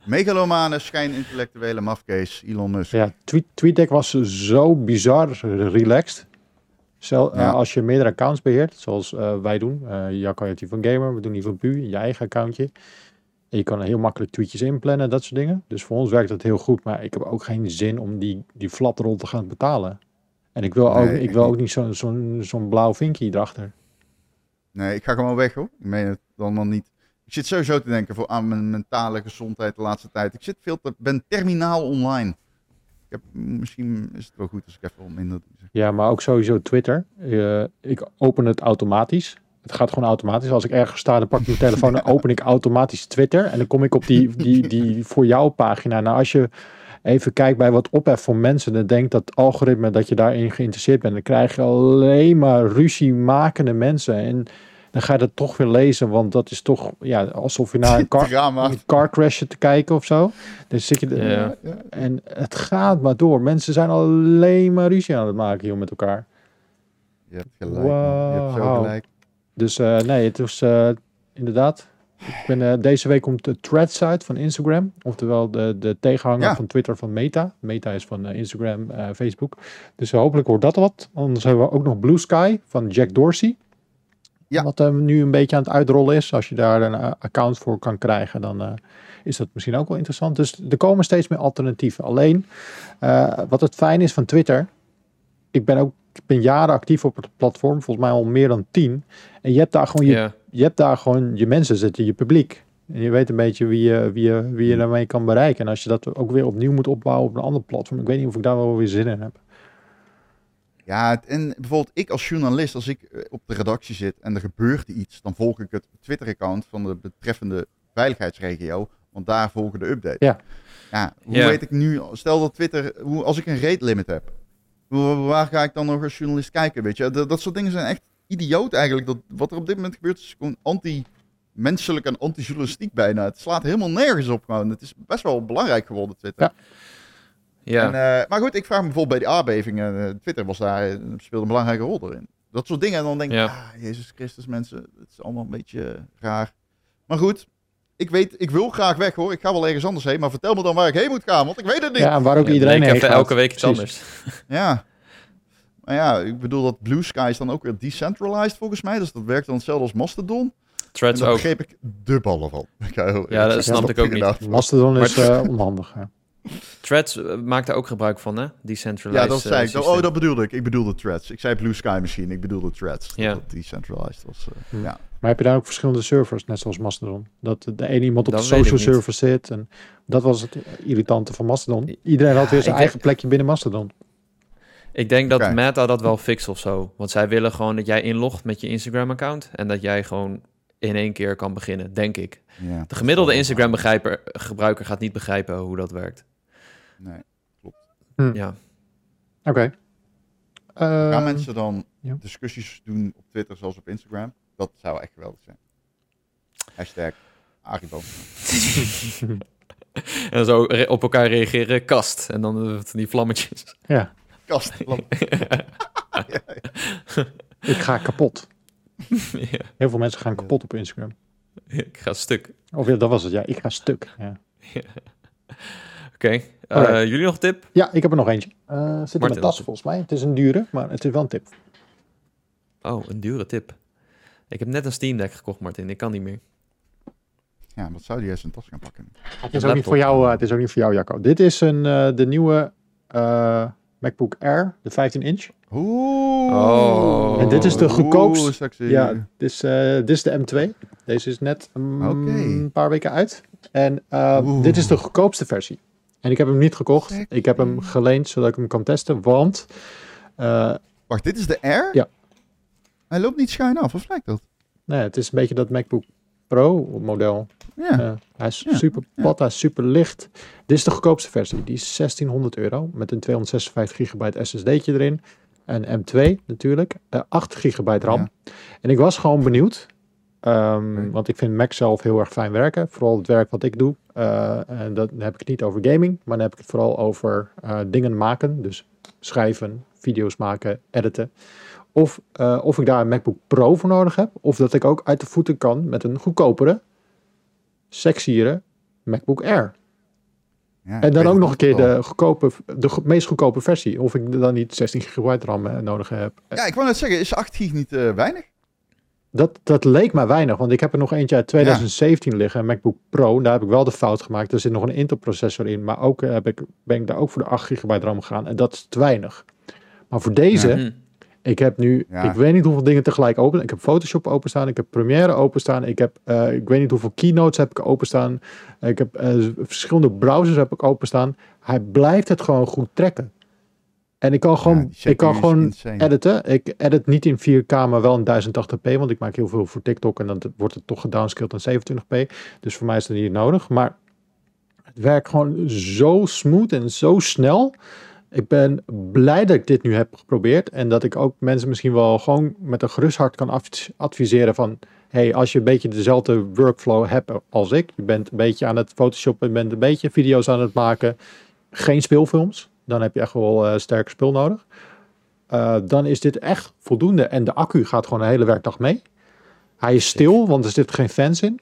megalomane, schijnintellectuele mafkees, Elon Musk. Ja, tweet, TweetDeck was zo bizar relaxed. Zelf, Ja. uh, als je meerdere accounts beheert, zoals uh, wij doen. Uh, Jacco heeft die van Gamer, we doen die van Pu, je eigen accountje. En je kan heel makkelijk tweetjes inplannen, dat soort dingen. Dus voor ons werkt dat heel goed, maar ik heb ook geen zin om die, die flatrol te gaan betalen. En ik wil ook, Nee, ik wil ook niet zo'n zo'n zo'n blauw vinkje erachter. Nee, ik ga gewoon weg hoor. Ik meen het dan wel niet. Ik zit sowieso te denken voor aan mijn mentale gezondheid de laatste tijd. Ik zit veel te, ben terminaal online. Ik heb, misschien is het wel goed als ik even wat minder doe. Ja, maar ook sowieso Twitter. Uh, ik open het automatisch. Het gaat gewoon automatisch. Als ik ergens sta, dan pak ik mijn telefoon, dan open ik automatisch Twitter. En dan kom ik op die, die, die voor jou pagina. Nou, als je even kijkt bij wat ophef voor mensen, dan denkt dat algoritme dat je daarin geïnteresseerd bent. Dan krijg je alleen maar ruzie-makende mensen. En dan ga je dat toch weer lezen, want dat is toch ja, alsof je naar een car, een car crash zit te kijken of zo. Dan zit je de, ja. uh, en het gaat maar door. Mensen zijn alleen maar ruzie aan het maken hier met elkaar. Je hebt gelijk. Wow. Je hebt zo gelijk. Dus uh, nee, het was uh, inderdaad. Ik ben uh, deze week komt de Threads uit van Instagram. Oftewel de, de tegenhanger ja. van Twitter van Meta. Meta is van uh, Instagram, uh, Facebook. Dus uh, hopelijk wordt dat wat. Anders hebben we ook nog Blue Sky van Jack Dorsey. Ja. Wat uh, nu een beetje aan het uitrollen is. Als je daar een uh, account voor kan krijgen, dan uh, is dat misschien ook wel interessant. Dus er komen steeds meer alternatieven. Alleen, uh, wat het fijn is van Twitter. Ik ben ook ik ben jaren actief op het platform. Volgens mij al meer dan tien. En je hebt daar gewoon je, yeah. je, hebt daar gewoon je mensen zitten, je publiek. En je weet een beetje wie je, wie je, wie je daarmee kan bereiken. En als je dat ook weer opnieuw moet opbouwen op een ander platform. Ik weet niet of ik daar wel weer zin in heb. Ja, en bijvoorbeeld ik als journalist, als ik op de redactie zit en er gebeurt iets, dan volg ik het Twitter-account van de betreffende veiligheidsregio, want daar volgen de updates. Ja. Ja, hoe ja. weet ik nu, stel dat Twitter, hoe, als ik een rate limit heb, hoe, waar ga ik dan nog als journalist kijken, weet je? Dat, dat soort dingen zijn echt idioot eigenlijk. Dat, wat er op dit moment gebeurt is gewoon anti-menselijk en anti-journalistiek bijna. Het slaat helemaal nergens op gewoon. Het is best wel belangrijk geworden, Twitter. Ja. Ja. En, uh, maar goed, ik vraag me bijvoorbeeld bij die aardbevingen. Uh, Twitter was daar, uh, speelde een belangrijke rol erin. Dat soort dingen. En dan denk ik, ja. ah, Jezus Christus mensen, het is allemaal een beetje raar. Maar goed, ik weet, ik wil graag weg hoor. Ik ga wel ergens anders heen. Maar vertel me dan waar ik heen moet gaan, want ik weet het niet. Ja, waar ook ja, iedereen heen gaat. Elke week iets Precies. anders. Ja. Maar ja, ik bedoel dat Blue Sky is dan ook weer decentralized volgens mij. Dus dat werkt dan hetzelfde als Mastodon. Threads en daar ook. begreep ik de ballen van. Heel, ja, dat snap ik ook niet. Mastodon is uh, onhandig. Ja. Threads uh, maakt daar ook gebruik van, hè? Decentralized. Ja, dat zei ik. Uh, oh, dat bedoelde ik. Ik bedoelde Threads. Ik zei Blue Sky misschien. Ik bedoelde Threads. Ja. Dat decentralized was. Uh, hm. ja. Maar heb je daar ook verschillende servers, net zoals Mastodon? Dat de ene iemand op dat de social server zit. En dat was het irritante van Mastodon. Iedereen had weer zijn eigen denk... plekje binnen Mastodon. Ik denk dat okay. Meta dat wel fixt of zo. Want zij willen gewoon dat jij inlogt met je Instagram-account. En dat jij gewoon in één keer kan beginnen, denk ik. Ja, de gemiddelde Instagram-gebruiker gaat niet begrijpen hoe dat werkt. Nee, klopt. Hm. Ja. Oké. Okay. Uh, Gaan mensen dan ja. discussies doen op Twitter zoals op Instagram? Dat zou echt geweldig zijn. Hashtag Aribo. En zo op elkaar reageren, kast. En dan die vlammetjes. Ja. Kast. ja, ja. Ik ga kapot. Ja. Heel veel mensen gaan kapot op Instagram. Ik ga stuk. Of ja, dat was het. Ja, ik ga stuk. Ja. Ja. Oké. Okay. Uh, jullie nog een tip? Ja, ik heb er nog eentje. Uh, zit Martin, in mijn tas volgens mij. Het is een dure, maar het is wel een tip. Oh, een dure tip. Ik heb net een Steam Deck gekocht, Martin. Ik kan niet meer. Ja, wat zou die eens een tas gaan pakken? Het is ook niet voor jou, uh, het is ook niet voor jou, Jacco. Dit is een, uh, de nieuwe uh, MacBook Air, de vijftien inch. Oeh. Oh. En dit is de goedkoopste. Oeh, sexy. Ja, dit is, uh, dit is de M twee. Deze is net um, okay. een paar weken uit. En uh, dit is de goedkoopste versie. En ik heb hem niet gekocht. Sexy. Ik heb hem geleend zodat ik hem kan testen, want... Uh, Wacht, dit is de Air? Ja. Hij loopt niet schuin af, of lijkt dat? Nee, het is een beetje dat MacBook Pro model. Ja. Uh, hij is ja. super plat, ja. Hij is super licht. Dit is de goedkoopste versie. Die is zestienhonderd euro met een tweehonderdzesenvijftig gigabyte S S D'tje erin. En M twee natuurlijk. Uh, acht gigabyte RAM. Ja. En ik was gewoon benieuwd. Um, nee. Want ik vind Mac zelf heel erg fijn werken. Vooral het werk wat ik doe. Uh, en dat, dan heb ik het niet over gaming. Maar dan heb ik het vooral over uh, dingen maken. Dus schrijven, video's maken, editen. Of, uh, of ik daar een MacBook Pro voor nodig heb. Of dat ik ook uit de voeten kan met een goedkopere, sexiere MacBook Air. Ja, En dan ook nog een keer de... de, goedkope, de go- meest goedkope versie. Of ik dan niet zestien gigabyte RAM uh, nodig heb. Ja, ik wou net zeggen, is acht gig niet uh, weinig? Dat, dat leek mij weinig, want ik heb er nog eentje uit twintig zeventien ja. liggen, een MacBook Pro. Daar heb ik wel de fout gemaakt. Er zit nog een Intel processor in, maar ook, uh, heb ik, ben ik daar ook voor de acht gigabyte RAM gegaan. En dat is te weinig. Maar voor deze, ja. ik heb nu, ja. ik weet niet hoeveel dingen tegelijk open. Ik heb Photoshop openstaan, ik heb Premiere openstaan. Ik heb, uh, ik weet niet hoeveel keynotes heb ik openstaan. Ik heb uh, verschillende browsers heb ik openstaan. Hij blijft het gewoon goed trekken. En ik kan gewoon, ja, ik kan gewoon editen. Ik edit niet in vier K, maar wel in duizend tachtig p. Want ik maak heel veel voor TikTok en dan wordt het toch gedownscaled naar zevenentwintig p. Dus voor mij is dat niet nodig. Maar het werkt gewoon zo smooth en zo snel. Ik ben blij dat ik dit nu heb geprobeerd. En dat ik ook mensen misschien wel gewoon met een gerust hart kan adviseren van... Hey, als je een beetje dezelfde workflow hebt als ik. Je bent een beetje aan het photoshoppen, je bent een beetje video's aan het maken. Geen speelfilms. Dan heb je echt wel uh, sterke spul nodig. Uh, dan is dit echt voldoende. En de accu gaat gewoon een hele werkdag mee. Hij is stil, want er zit geen fans in.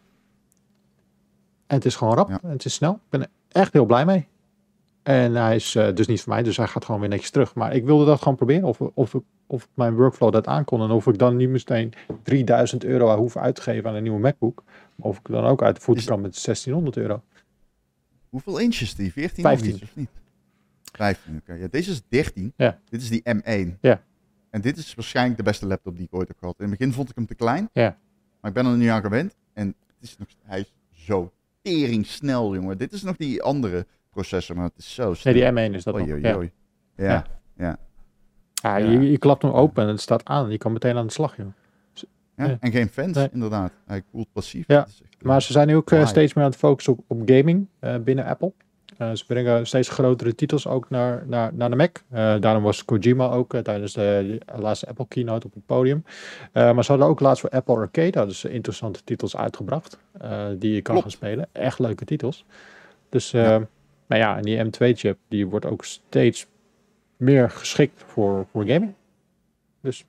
En het is gewoon rap. Ja. En het is snel. Ik ben er echt heel blij mee. En hij is uh, dus niet voor mij. Dus hij gaat gewoon weer netjes terug. Maar ik wilde dat gewoon proberen. Of, of, of mijn workflow dat aankon. En of ik dan niet meteen drieduizend euro hoef uit te geven aan een nieuwe MacBook. Of ik dan ook uit de voeten kan met zestienhonderd euro. Hoeveel inches die? veertien vijftien. Of, iets, of niet? vijftien, oké. Okay. Ja, deze is dertien. Ja. Dit is die M één. Ja. En dit is waarschijnlijk de beste laptop die ik ooit heb gehad. In het begin vond ik hem te klein. Ja. Maar ik ben er nu aan gewend. En het is nog, hij is zo tering snel, jongen. Dit is nog die andere processor, maar het is zo snel. Nee, die M één is dat oei, nog. Oei, ja. oei. Ja. Ja. Ja. Ja, je, je klapt hem open en het staat aan. En je kan meteen aan de slag, joh. Ja, ja. En geen fans, nee. inderdaad. Hij koelt passief. Ja. Echt, uh, maar ze zijn nu ook uh, wow. steeds meer aan het focussen op, op gaming uh, binnen Apple. Uh, ze brengen steeds grotere titels ook naar, naar, naar de Mac. Uh, daarom was Kojima ook uh, tijdens de, de laatste Apple keynote op het podium. Uh, maar ze hadden ook laatst voor Apple Arcade hadden ze interessante titels uitgebracht. Uh, die je kan Klopt. gaan spelen. Echt leuke titels. Dus, uh, ja. maar ja, en die M twee chip die wordt ook steeds meer geschikt voor, voor gaming. Dus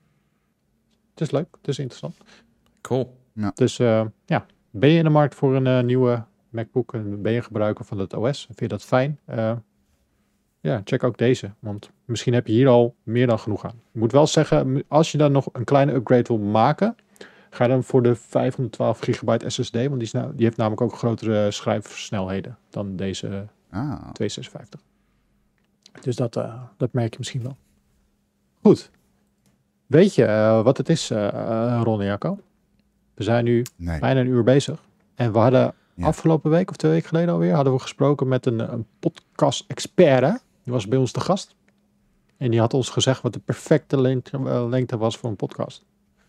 het is leuk. Het is interessant. Cool. Ja. Dus uh, ja, ben je in de markt voor een uh, nieuwe MacBook en ben je gebruiker van het O S? Vind je dat fijn? Uh, ja, check ook deze. Want misschien heb je hier al meer dan genoeg aan. Ik moet wel zeggen, als je dan nog een kleine upgrade wil maken, ga dan voor de vijfhonderdtwaalf gigabyte S S D. Want die, is nou, die heeft namelijk ook grotere schrijfsnelheden dan deze uh, ah. tweehonderdzesenvijftig. Dus dat, uh, dat merk je misschien wel. Goed. Weet je uh, wat het is, uh, Ron en Jacco? We zijn nu nee. bijna een uur bezig. En we hadden ja. afgelopen week of twee weken geleden alweer... hadden we gesproken met een, een podcast-expert. Hè? Die was bij ons te gast. En die had ons gezegd wat de perfecte lengte, uh, lengte was voor een podcast.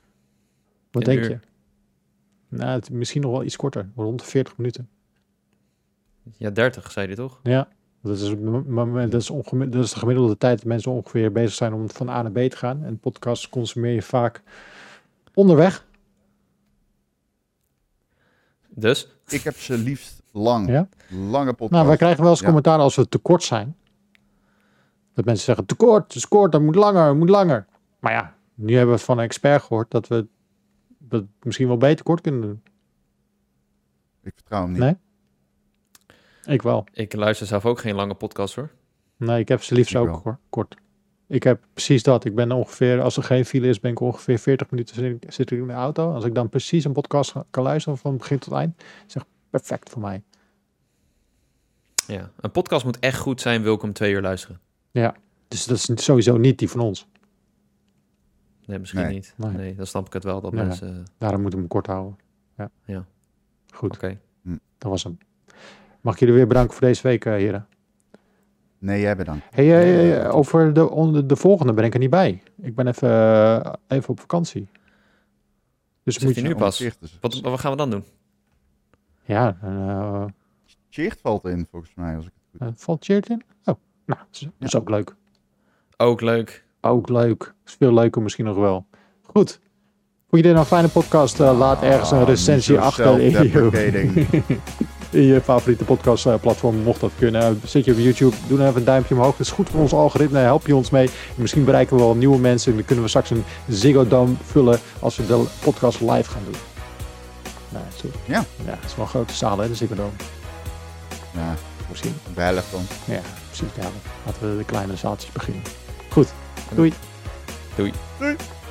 Wat een denk uur. je? Nou, het, misschien nog wel iets korter. Rond de veertig minuten. Ja, dertig, zei hij toch? Ja. Dat is, dat, is ongem- dat is de gemiddelde tijd dat mensen ongeveer bezig zijn om van A naar B te gaan. En podcasts consumeer je vaak onderweg. Dus? Ik heb ze liefst lang. Ja? Lange podcast. Nou, wij krijgen wel eens ja. commentaar als we tekort zijn. Dat mensen zeggen, tekort, het is kort, dat moet langer, het moet langer. Maar ja, nu hebben we van een expert gehoord dat we dat misschien wel beter kort kunnen doen. Ik vertrouw hem niet. Nee? Ik wel. Ik luister zelf ook geen lange podcast, hoor. Nee, ik heb ze liefst Ik ook wel. hoor, kort. Ik heb precies dat. Ik ben ongeveer, als er geen file is, ben ik ongeveer veertig minuten zit ik, zit ik in de auto. Als ik dan precies een podcast kan luisteren van begin tot eind, is echt perfect voor mij. Ja, een podcast moet echt goed zijn, wil ik hem twee uur luisteren. Ja, dus dat is sowieso niet die van ons. Nee, misschien Nee. niet. Nee. Nee, dan snap ik het wel dat Nee. mensen... Oké. Daarom moeten we hem kort houden. Ja. Ja. Goed, dat was hem. Mag ik jullie weer bedanken voor deze week, uh, heren. Nee, jij bedankt. Hey, uh, uh, over de, on, de volgende ben ik er niet bij. Ik ben even, uh, even op vakantie. Dus Zit moet je je... nu pas? Dus. Wat, wat gaan we dan doen? Ja, uh, Cheert valt in, volgens mij. Als ik het goed uh, valt Cheert in? Oh, nou, dat is, dat is Ja. ook leuk. Ook leuk. Ook leuk. Is veel leuker misschien nog wel. Goed. Vond je dit nou een fijne podcast? Uh, laat ergens een Ah, recensie niet zo achter in je, self-deprecating. in je favoriete podcastplatform, mocht dat kunnen. Zit je op YouTube, doe dan even een duimpje omhoog. Dat is goed voor ons algoritme, daar help je ons mee. En misschien bereiken we wel nieuwe mensen. En dan kunnen we straks een Ziggo Dome vullen als we de podcast live gaan doen. Nou, zo. Ja. Ja, het is wel een grote zaal, hè, de Ziggo Dome. Ja, misschien. De helft dan. Ja, precies. Ja, laten we de kleine zaaltjes beginnen. Goed, doei. Doei. Doei.